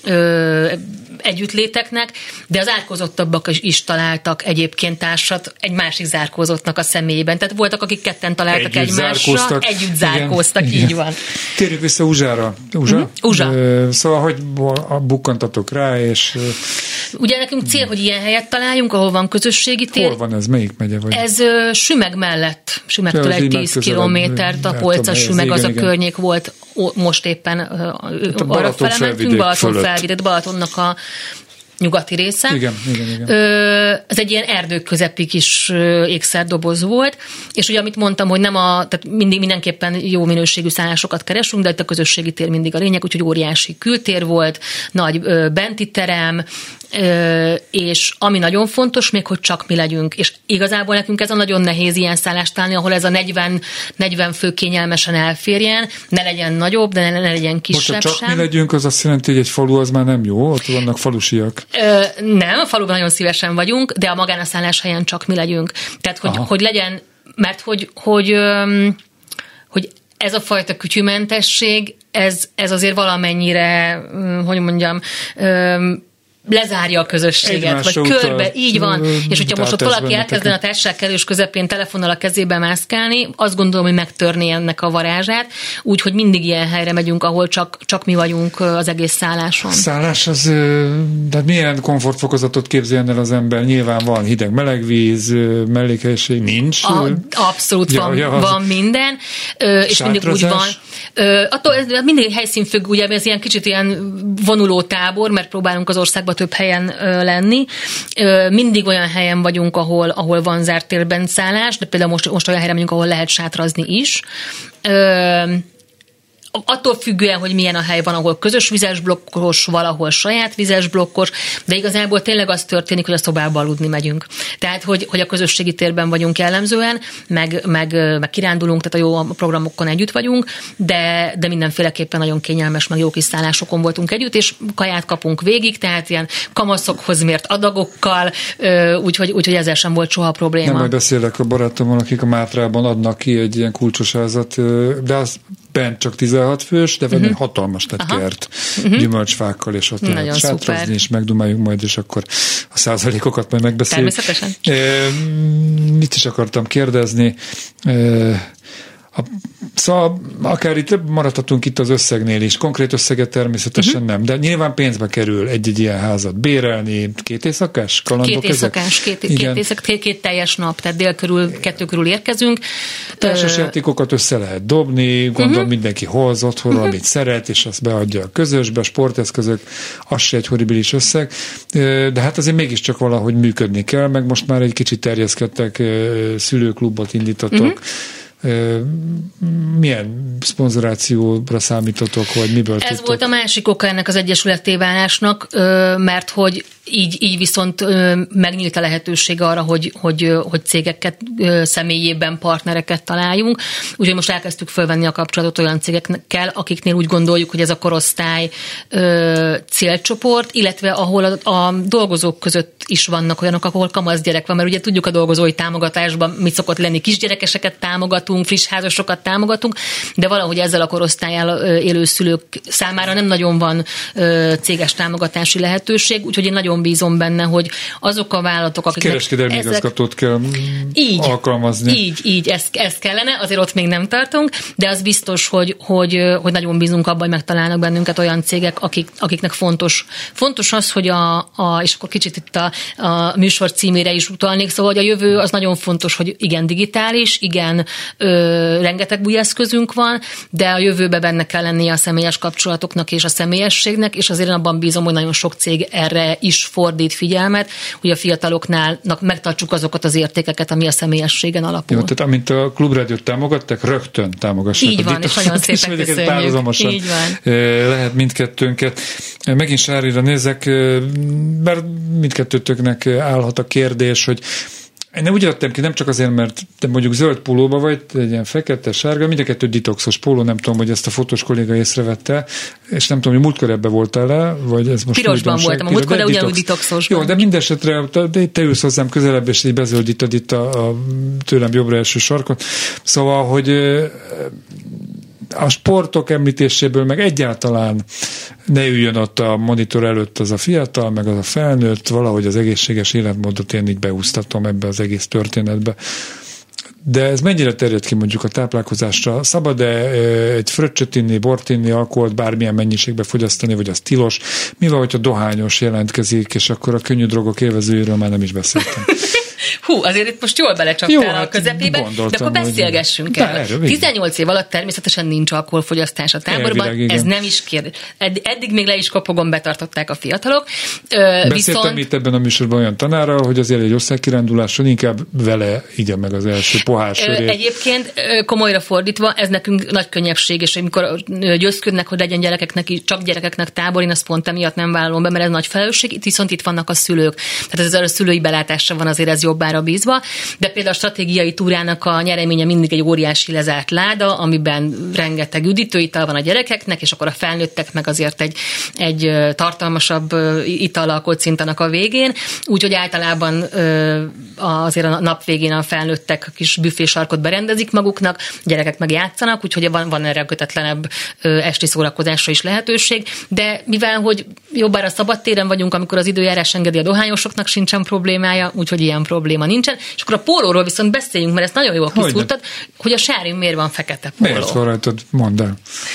ö, együttléteknek, de az zárkózottabbak is találtak egyébként társat egy másik zárkózottnak a személyében. Tehát voltak, akik ketten találtak együtt egymásra, együtt zárkóztak, igen, így igen. Van. Térjük vissza Uzsára. Uzsa? Mm-hmm. Uzsa. Szóval, hogy bukkantatok rá, és... Ugye nekünk cél, hogy ilyen helyet találjunk, ahol van közösségi tér. Hol van ez? Melyik megye vagy? Ez uh, Sümeg mellett, Sümegtől egy tíz kilométert, a Polca Sümeg, az a környék volt, most éppen uh, arra fele mentünk, Balaton felvidét, Balatonnak a nyugati része. Igen, igen, igen. Ö, ez egy ilyen erdők közepi kis ékszerdoboz volt, és ugye amit mondtam, hogy nem a, tehát mindig mindenképpen jó minőségű szállásokat keresünk, de itt a közösségi tér mindig a lényeg, úgyhogy óriási kültér volt, nagy ö, benti terem, ö, és ami nagyon fontos még, hogy csak mi legyünk, és igazából nekünk ez a nagyon nehéz ilyen szállást találni, ahol ez a negyven, negyven fő kényelmesen elférjen, ne legyen nagyobb, de ne, ne legyen kisebb Most, csak sem. mi legyünk, az azt jelenti, hogy egy falu az már nem jó, ott vannak falusiak. Ö, nem, a faluban nagyon szívesen vagyunk, de a magánaszállás helyen csak mi legyünk. Tehát, hogy, hogy legyen, mert hogy, hogy, öm, hogy ez a fajta kütyümentesség, ez, ez azért valamennyire, hogy mondjam, öm, lezárja a közösséget, egymásra vagy körbe, utal, így van, és hogyha most ott valaki elkezdene a társaságkerülés közepén telefonnal a kezébe mászkálni, azt gondolom, hogy megtörné ennek a varázsát, úgyhogy mindig ilyen helyre megyünk, ahol csak, csak mi vagyunk az egész szálláson. A szállás az, de milyen komfortfokozatot képzeljen el az ember? Nyilván van hideg-meleg víz, mellékhelyiség, nincs? A, abszolút ja, van, ja, van minden, és mindig úgy van, Ö, attól ez mindig helyszín függ, ugye, ez ilyen kicsit ilyen vonuló tábor, mert próbálunk az országban több helyen ö, lenni. Ö, mindig olyan helyen vagyunk, ahol, ahol van zárt térben szállás, de például most, most olyan helyre megyünk, ahol lehet sátrazni is. Ö, attól függően, hogy milyen a hely van, ahol közös vizes blokkos, valahol saját vizes blokkos, de igazából tényleg az történik, hogy a szobába aludni megyünk. Tehát, hogy, hogy a közösségi térben vagyunk jellemzően, meg, meg, meg kirándulunk, tehát a jó programokon együtt vagyunk, de, de mindenféleképpen nagyon kényelmes, meg jó kis szállásokon voltunk együtt, és kaját kapunk végig, tehát ilyen kamaszokhoz mért adagokkal, úgyhogy, úgyhogy ezzel sem volt soha probléma. Nem, majd beszélek a barátommal, akik a Mátrában adnak ki egy ilyen kulcsos házat, de az bent csak tizenhat fős, de uh-huh. hatalmas lett kert uh-huh. gyümölcsfákkal, és ott nagyon lehet sátrazni, és megdumáljunk majd, és akkor a százalékokat majd megbeszéljük. Természetesen. E, mit is akartam kérdezni? E, A, szóval akár itt maradhatunk itt az összegnél is. Konkrét összeget természetesen uh-huh. nem, de nyilván pénzbe kerül egy-egy ilyen házat bérelni. Két éjszakás kalandok Két éjszakás, két, két, éjszak, két, két teljes nap, tehát dél körül, kettő körül érkezünk. Társas játékokat össze lehet dobni, gondolom uh-huh. mindenki hoz otthonra, uh-huh. amit szeret, és azt beadja a közösbe, a sporteszközök, az se egy horribilis összeg. De hát azért mégiscsak valahogy működni kell, meg most már egy kicsit terjeszkedtek, szülőklubot indítottak. Uh-huh. Milyen szponzorációra számítotok, vagy miből Ez tudtok? volt a másik oka ennek az egyesületté válásnak, mert hogy így, így viszont megnyílt a lehetőség arra, hogy, hogy, hogy cégeket személyében partnereket találjunk. Úgyhogy most elkezdtük fölvenni a kapcsolatot olyan cégekkel, akiknél úgy gondoljuk, hogy ez a korosztály célcsoport, illetve ahol a, a dolgozók között is vannak olyanok, ahol kamasz gyerek van, mert ugye tudjuk a dolgozói támogatásban mit szokott lenni, kisgyerekeseket támogatunk, friss házasokat támogatunk, de valahogy ezzel a korosztályával élő szülők számára nem nagyon van céges támogatási lehetőség, úgyhogy én nagyon bízom benne, hogy azok a vállalatok, akik... Kereskedelmi ezek... igazgatót kell így, alkalmazni. Így, így, ezt, ezt kellene, azért ott még nem tartunk, de az biztos, hogy, hogy, hogy nagyon bízunk abban, hogy megtalálnak bennünket olyan cégek, akik, akiknek fontos. Fontos az, hogy a, a és akkor kicsit itt a, a műsor címére is utalnék, szóval, hogy a jövő az nagyon fontos, hogy igen digitális, igen ö, rengeteg új eszközünk van, de a jövőben benne kell lennie a személyes kapcsolatoknak és a személyességnek, és azért abban bízom, hogy nagyon sok cég erre is fordít figyelmet, hogy a fiataloknál megtartsuk azokat az értékeket, ami a személyességen alapul. Jó, tehát amint a Klubrádiót támogatták, rögtön támogassák. Így van, és nagyon szépen köszönjük. Így van. Lehet mindkettőnket. Megint Sárira nézek, mert mindkettőtöknek állhat a kérdés, hogy én úgy adtam ki, nem csak azért, mert te mondjuk zöld pólóba vagy, egy ilyen fekete, sárga, mind a kettő ditoxos póló, nem tudom, hogy ezt a fotós kolléga észrevette, és nem tudom, hogy múltkor ebbe voltál le, vagy ez most pirosban voltam, a múltkor, de ugyanúgy ditoxosban. Jó, de mindesetre te, te ülsz hozzám közelebb, és így bezöldíted itt a, a tőlem jobbra első sarkot. Szóval, hogy a sportok említéséből, meg egyáltalán ne üljön ott a monitor előtt az a fiatal, meg az a felnőtt, valahogy az egészséges életmódot én így beúsztatom ebbe az egész történetbe. De ez mennyire terjed ki mondjuk a táplálkozásra? Szabad-e egy fröccsöt inni, bort inni, alkoholt bármilyen mennyiségbe fogyasztani, vagy az tilos? Mi van, hogyha dohányos jelentkezik, és akkor a könnyű drogok élvezőiről már nem is beszéltem. Hú, azért itt most jól belecsaptál a közepébe, de akkor beszélgessünk el. tizennyolc év alatt természetesen nincs alkoholfogyasztás a táborban, elvileg, ez nem is kérdés. Edd- eddig még le is kopogom, betartották a fiatalok. Beszéltem viszont... itt ebben a műsorban olyan tanárral, hogy azért egy országkiránduláson inkább vele igye meg az első pohár sörét. Egyébként komolyra fordítva, ez nekünk nagy könnyebbség, és amikor győzködnek, hogy legyen gyerekeknek, csak gyerekeknek tábor, én azt pont emiatt nem vállalom be, mert ez nagy felelősség, itt viszont itt vannak a szülők. Tehát ez a szülői belátásra van azért ez jobbára bízva, de például a stratégiai túrának a nyereménye mindig egy óriási lezárt láda, amiben rengeteg üdítőital van a gyerekeknek, és akkor a felnőttek meg azért egy, egy tartalmasabb itallal kocintanak a végén, úgyhogy általában azért a nap végén a felnőttek a kis büfésarkot berendezik maguknak, a gyerekek meg játszanak, úgyhogy van, van erre kötetlenebb esti szórakozásra is lehetőség, de mivel, hogy jobbára szabadtéren vagyunk, amikor az időjárás engedi, a dohányosoknak sincsen problémája, úgyhogy ilyen probléma nincsen. És akkor a pólóról viszont beszéljünk, mert ezt nagyon jól kiszúrtad, hogy a Sárin miért van fekete póló. Miért van rajtad? Mondd el.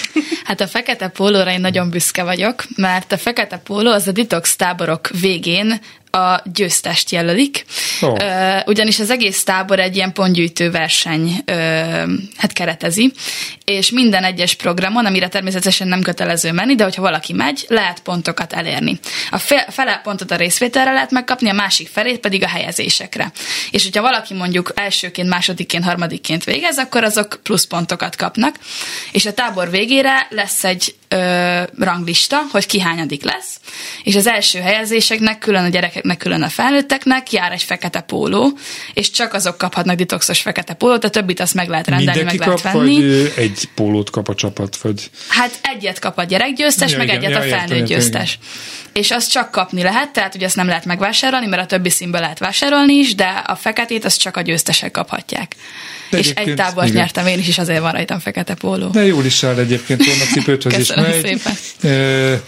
Hát a fekete pólóra én nagyon büszke vagyok, mert a fekete póló az a detox táborok végén a győztest jelölik. Oh. Uh, ugyanis az egész tábor egy ilyen pontgyűjtő verseny uh, hát keretezi, és minden egyes programon, amire természetesen nem kötelező menni, de hogyha valaki megy, lehet pontokat elérni. A fele pontot a részvételre lehet megkapni, a másik felét pedig a helyezésekre. És hogyha valaki mondjuk elsőként, másodikként, harmadikként végez, akkor azok plusz pontokat kapnak. És a tábor végére lesz egy ö, ranglista, hogy ki hányadik lesz, és az első helyezéseknek, külön a gyerekeknek, külön a felnőtteknek jár egy fekete póló, és csak azok kaphatnak detoxos fekete pólót, a többit azt meg lehet rendelni, mindenki meg lehet kap, venni. Vagy egy pólót kap a csapat? Vagy... Hát egyet kap a gyerekgyőztes, ja, meg igen, egyet ja, a felnőtt értem, győztes. Igen. És azt csak kapni lehet, tehát ugye azt nem lehet megvásárolni, mert a többi színből lehet vásárolni is, de a feketét azt csak a győztesek kaphatják. De és egy tábort nyertem én is, és azért van rajtam fekete póló. De jól is áll egyébként, tornacipőthöz is megy. Szépen. E-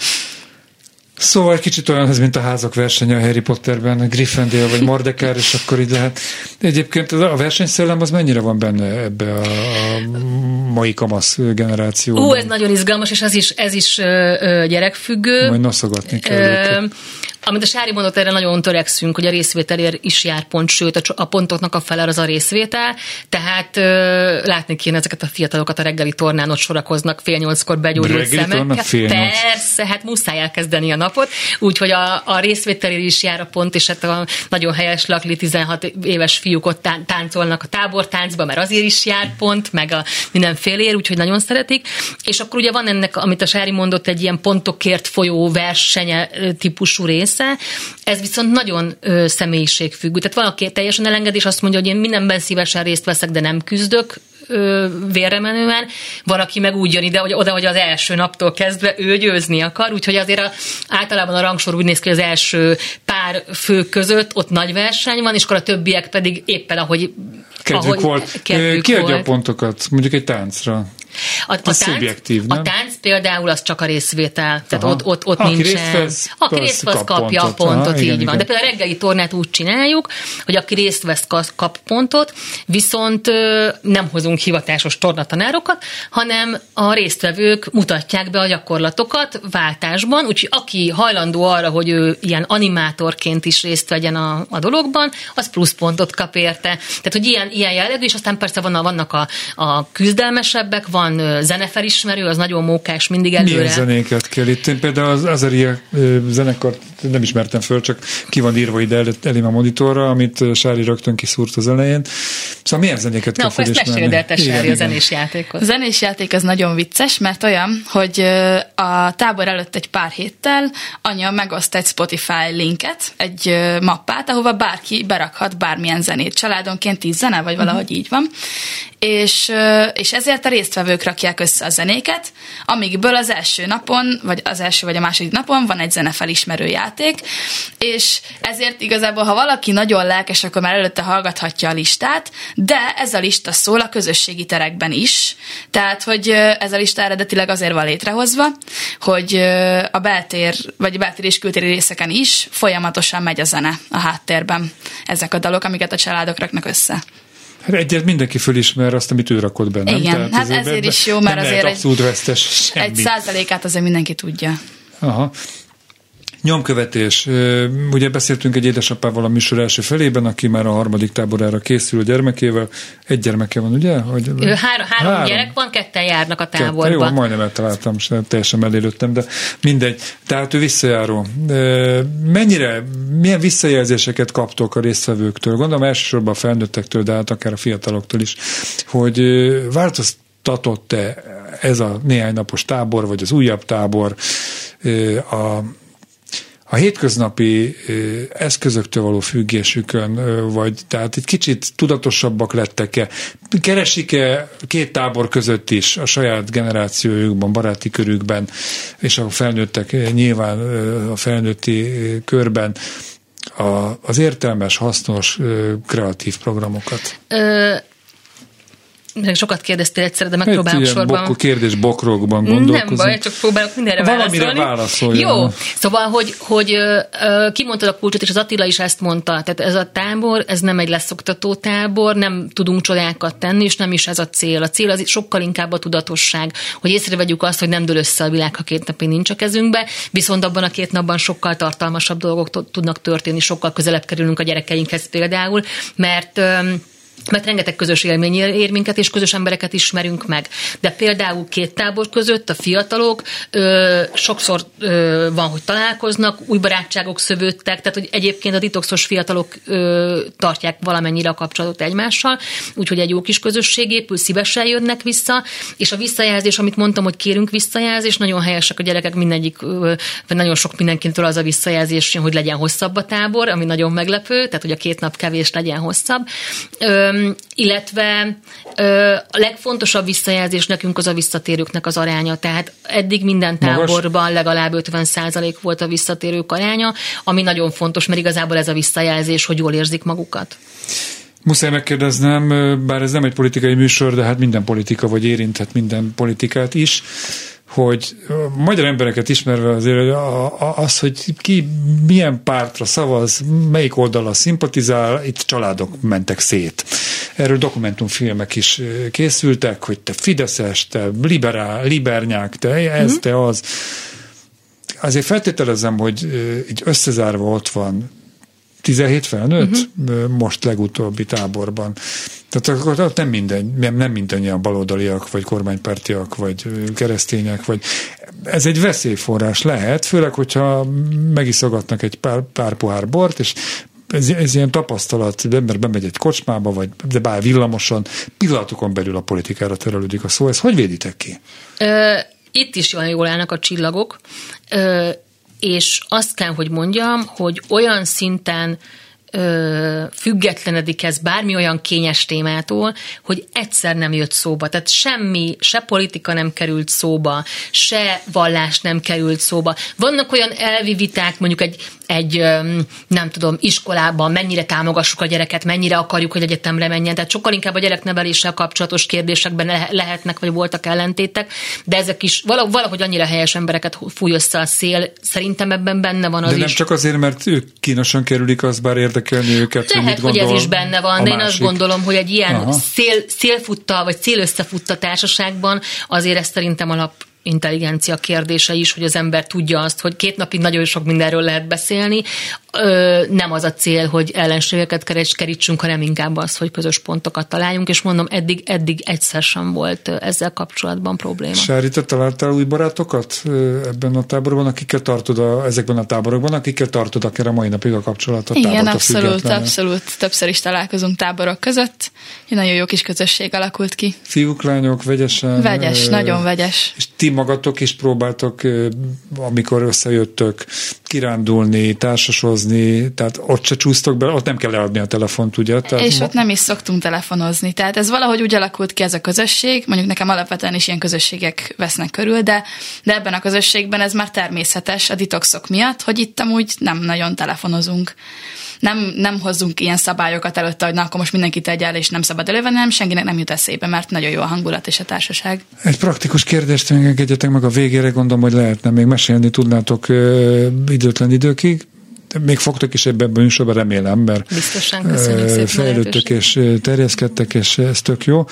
Szóval kicsit olyan ez, mint a házak versenye a Harry Potterben, Gryffindor vagy Mordekár, és akkor így lehet. Egyébként a versenyszellem az mennyire van benne ebbe a, a mai kamasz generációban? Ó, ez nagyon izgalmas, és ez is, ez is ö, gyerekfüggő. Majd noszogatni kell ö, Amit a Sári mondott, erre nagyon törekszünk, hogy a részvételért is jár pont, sőt a, a pontoknak a fele az a részvétel, tehát ö, látni kéne ezeket a fiatalokat a reggeli tornán, ott sorakoznak fél nyolckor begyógyult szemekkel. Persze, hát muszáj elkezdeni a napot, úgyhogy a, a részvételért is jár a pont, és hát a nagyon helyes lakli tizenhat éves fiúk ott táncolnak a tábortáncba, mert azért is jár pont, meg a mindenfélér, úgyhogy nagyon szeretik. És akkor ugye van ennek, amit a Sári mondott, egy ilyen pontokért folyó versenye típusú rész. Ez viszont nagyon ö, személyiségfüggő. Tehát valaki teljesen elenged, és azt mondja, hogy én mindenben szívesen részt veszek, de nem küzdök ö, vérremenően. Van, aki meg úgy jön ide, hogy oda, hogy az első naptól kezdve ő győzni akar, úgyhogy azért a, általában a rangsor úgy néz ki, hogy az első pár fő között ott nagy verseny van, és akkor a többiek pedig éppen ahogy kedvük ahogy volt. Kedvük Ki adja a pontokat, mondjuk egy táncra? A, a, tánc, szubjektív, a tánc például az csak a részvétel, tehát aha. ott, ott, ott aki nincsen. Részt vesz, aki részt vesz, kap kapja pontot. a pontot, aha, így igen, van. igen. De például a reggeli tornát úgy csináljuk, hogy aki részt vesz, kap pontot, viszont ö, nem hozunk hivatásos tornatanárokat, hanem a résztvevők mutatják be a gyakorlatokat váltásban, úgyhogy aki hajlandó arra, hogy ő ilyen animátorként is részt vegyen a, a dologban, az plusz pontot kap érte. Tehát, hogy ilyen, ilyen jellegű, és aztán persze vannak, vannak a, a küzdelmesebbek, van zenefelismerő, az nagyon mókás, mindig előre. Milyen zenéket kell itt? Én például az Azaria zenekart nem ismertem föl, csak ki van írva ide elém a monitorra, amit Sári rögtön kiszúrt az elején. Szóval milyen zenéket Na, kell felismerni? Na, akkor ezt meséld el, Sári, a zenés játékot. A zenés játék az nagyon vicces, mert olyan, hogy a tábor előtt egy pár héttel anya megoszt egy Spotify linket, egy mappát, ahova bárki berakhat bármilyen zenét. Családonként tíz zene, vagy valahogy uh-huh. így van. És, és ezért a résztvevők rakják össze a zenéket, amikből az első napon, vagy az első vagy a második napon van egy zenefelismerő játék, és ezért igazából, ha valaki nagyon lelkes, akkor már előtte hallgathatja a listát, de ez a lista szól a közösségi terekben is, tehát, hogy ez a lista eredetileg azért van létrehozva, hogy a beltér, vagy a beltér és kültéri részeken is folyamatosan megy a zene a háttérben. Ezek a dalok, amiket a családok raknak össze. Hát egyet mindenki fölismer azt, amit ő rakott benne. Igen, Tehát hát ezért, ezért is jó, mert azért egy, vesztes, egy százalékát azért mindenki tudja. Aha. Nyomkövetés. Ugye beszéltünk egy édesapával a műsor első felében, aki már a harmadik táborára készül a gyermekével. Egy gyermeke van, ugye? Hogy Ő három, három, három gyerek van, ketten járnak a táborba. Kette, jó, majdnem eltaláltam, teljesen mellélőttem, de mindegy. Tehát ő visszajáró. Mennyire, milyen visszajelzéseket kaptok a résztvevőktől? Gondolom elsősorban a felnőttektől, de hát akár a fiataloktól is, hogy változtatott-e ez a néhány napos tábor, vagy az újabb tábor a A hétköznapi eszközöktől való függésükön, vagy tehát egy kicsit tudatosabbak lettek-e? Keresik-e két tábor között is a saját generációjukban, baráti körükben, és a felnőttek nyilván a felnőtti körben a, az értelmes, hasznos, kreatív programokat? Ö- sokat kérdeztél egyszerre, de megpróbálok sorban. Bok, kérdés bokrokban gondolkozom. Nem baj, csak próbálok mindenre Valamire válaszolni. válaszolja. Jó, szóval, hogy, hogy uh, kimondtad a kulcsot, és az Attila is ezt mondta. Tehát ez a tábor, ez nem egy leszoktató tábor, nem tudunk csodákat tenni, és nem is ez a cél. A cél az sokkal inkább a tudatosság, hogy észrevegyük azt, hogy nem dől össze a világ, ha két napig nincs a kezünkbe, viszont abban a két napban sokkal tartalmasabb dolgok tudnak történni, sokkal közelebb kerülünk a gyerekeinkhez például, mert um, mert rengeteg közös élmény ér minket, és közös embereket ismerünk meg. De például két tábor között a fiatalok ö, sokszor ö, van, hogy találkoznak, új barátságok szövődtek, tehát hogy egyébként a detoxos fiatalok ö, tartják valamennyire a kapcsolatot egymással, úgyhogy egy jó kis közösség épül, szívesen jönnek vissza, és a visszajelzés, amit mondtam, hogy kérünk visszajelzés, nagyon helyesek a gyerekek, mindegyik, ö, vagy nagyon sok mindenkintől az a visszajelzés, hogy legyen hosszabb a tábor, ami nagyon meglepő, tehát hogy a két nap kevés, legyen hosszabb. Ö, illetve ö, a legfontosabb visszajelzés nekünk az a visszatérőknek az aránya. Tehát eddig minden táborban magas. Legalább ötven százalék volt a visszatérők aránya, ami nagyon fontos, mert igazából ez a visszajelzés, hogy jól érzik magukat. Muszáj megkérdeznem, bár ez nem egy politikai műsor, de hát minden politika vagy érinthet minden politikát is, hogy a magyar embereket ismerve azért az, hogy ki milyen pártra szavaz, melyik oldalra szimpatizál, itt családok mentek szét. Erről dokumentumfilmek is készültek, hogy te fideszes, te liberál, libernyák, te ez, te az. Azért feltételezem, hogy így összezárva ott van tizenhét felnőtt, uh-huh. most legutóbbi táborban. Tehát akkor nem, minden, nem mindannyian baloldaliak, vagy kormánypártiak, vagy keresztények, vagy ez egy veszélyforrás lehet, főleg, hogyha megiszogatnak egy pár, pár pohár bort, és ez, ez ilyen tapasztalat, ember bemegy egy kocsmába, vagy de bár villamosan, pillanatokon belül a politikára terelődik a szó. Ezt hogy véditek ki? Ö, itt is olyan jól állnak a csillagok, ö, és azt kell, hogy mondjam, hogy olyan szinten ö, függetlenedik ez bármi olyan kényes témától, hogy egyszer nem jött szóba. Tehát semmi, se politika nem került szóba, se vallás nem került szóba. Vannak olyan elvi viták, mondjuk egy, egy nem tudom, iskolában mennyire támogassuk a gyereket, mennyire akarjuk, hogy egyetemre menjen. Tehát sokkal inkább a gyerekneveléssel kapcsolatos kérdésekben lehetnek, vagy voltak ellentétek, de ezek is valahogy annyira helyes embereket fúj össze a szél. Szerintem ebben benne van az de is. De nem csak azért, mert ők kínosan kerülik, az bár érdekelni őket, lehet, hogy, hogy ez is benne van, de én azt gondolom, hogy egy ilyen szél, szélfutta, vagy szélösszefutta társaságban azért ez szerintem alap intelligencia kérdése is, hogy az ember tudja azt, hogy két napig nagyon sok mindenről lehet beszélni. Ö, nem az a cél, hogy ellenségeket kerítsünk, hanem inkább az, hogy közös pontokat találjunk, és mondom, eddig, eddig egyszer sem volt ezzel kapcsolatban probléma. Sári, te találtál új barátokat ebben a táborban, akikkel tartod a, ezekben a táborokban, akikkel tartod akár a mai napig a kapcsolatot? Igen, abszolút, abszolút. Többször is találkozunk táborok között. Egy nagyon jó kis közösség alakult ki. Fiúk, lányok, vegyesen? Vegyes, e, nagyon vegyes. És ti magatok is próbáltok, amikor összejöttök, kirándulni, társasozni, tehát ott se csúsztok be, ott nem kell leadni a telefont, ugye? Tehát és ma... ott nem is szoktunk telefonozni, tehát ez valahogy úgy alakult ki ez a közösség, mondjuk nekem alapvetően is ilyen közösségek vesznek körül, de, de ebben a közösségben ez már természetes a detoxok miatt, hogy itt amúgy nem nagyon telefonozunk. Nem, nem hozzunk ilyen szabályokat előtte, hogy na, akkor most mindenkit egy el, és nem szabad elővenni, nem, senkinek nem jut eszébe, mert nagyon jó a hangulat és a társaság. Egy praktikus kérdést engedjetek meg a végére, gondolom, hogy lehetne még mesélni, tudnátok ö, időtlen időkig. Még fogtok is ebben a műsorban, remélem, mert biztosan, köszönjük szépen, fejlődtök és terjeszkedtek, és ez tök jó.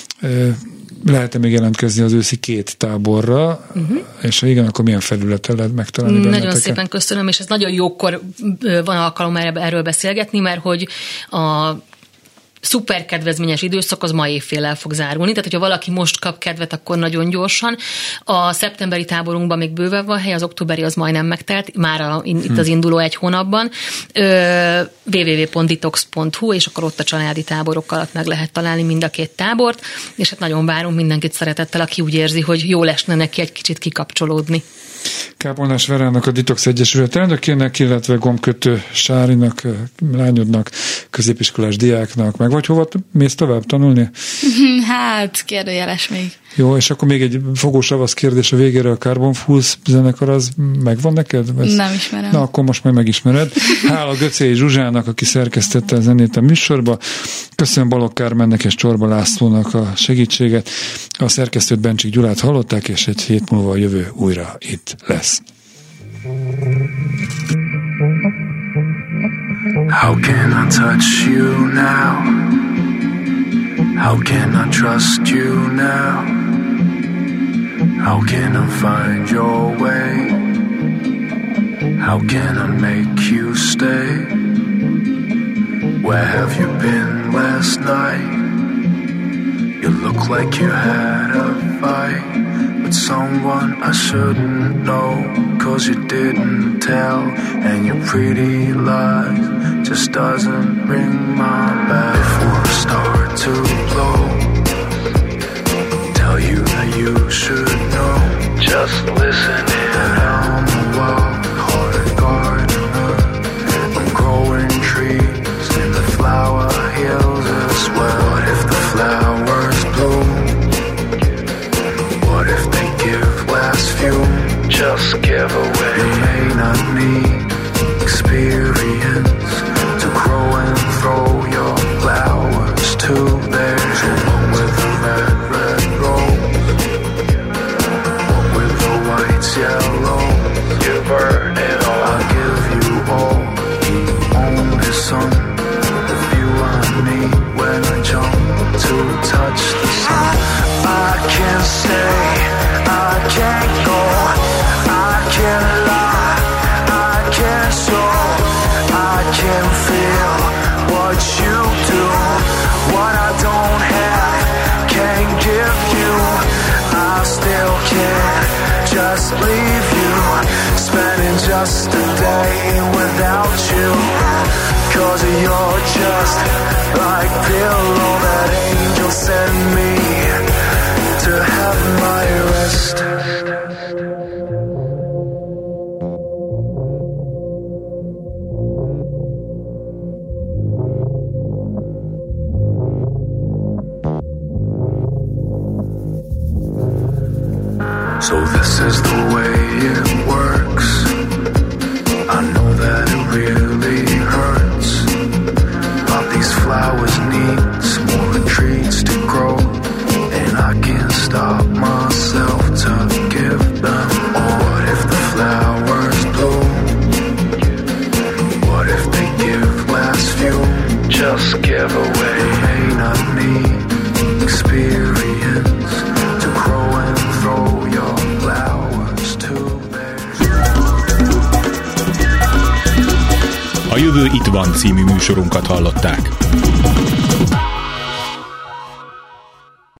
Lehet-e még jelentkezni az őszi két táborra, uh-huh. és ha igen, akkor milyen felületen lehet megtalálni benneteket? Nagyon szépen köszönöm, és ez nagyon jókor van alkalom erről beszélgetni, mert hogy a szuper kedvezményes időszak az ma évféllel fog zárulni, tehát hogyha valaki most kap kedvet, akkor nagyon gyorsan. A szeptemberi táborunkban még bőven van hely, az októberi az majdnem megtelt, már a, itt hmm. az induló egy hónapban. double-u double-u double-u pont detox pont hu, és akkor ott a családi táborok alatt meg lehet találni mind a két tábort, és hát nagyon várunk mindenkit szeretettel, aki úgy érzi, hogy jó lesne neki egy kicsit kikapcsolódni. Kápolnás Verának, a Detox Egyesület elnökének, illetve Gombkötő Sárinak, lányodnak, középiskolás diáknak, meg vagy hova mész tovább tanulni? Hát, kérdőjeles még. Jó, és akkor még egy fogós ravasz kérdés a végére, a Carbon Fools zenekar az megvan neked? Ez... Nem ismerem. Na, akkor most majd megismered. Hála Göcé Zsuzsának, aki szerkesztette a zenét a műsorba. Köszönöm Balogh Kármennek és Csorba Lászlónak a segítséget. A szerkesztőt Bencsik Gyulát hallották, és egy hét múlva a jövő újra itt lesz. How can I touch you now? How can I trust you now? How can I find your way? How can I make you stay? Where have you been last night? You look like you had a fight with someone I shouldn't know, 'cause you didn't tell, and your pretty lies just doesn't ring my bell. Before I start to blow, tell you that you should know, just listen in. That I'm a wild-hearted gardener, I'm growing trees in the flower hills as well. What if the flowers bloom? What if they give last fume? Just give away. You may not need experience to grow and throw your flowers to theirs. So what with the red, red rose? What with the white's yellow? You burn it all. I'll give you all. He only sun. If you want me when I jump to touch the sun, I can't stay, I can't go, I can't lie, I can't show, I can't feel what you do. What I don't have, can't give you. I still can't just leave you, spending just a day without you. 'Cause you're just like pillow that angel sent me to have my rest. So this is the way it works. I know that it really hurts, but these flowers need small retreats to grow, and I can't stop myself to give them all. What if the flowers bloom? What if they give last fume? Just give away. You may not need experience to grow and throw your flowers to theirs. A Jövő itt van című műsorunkat hallották.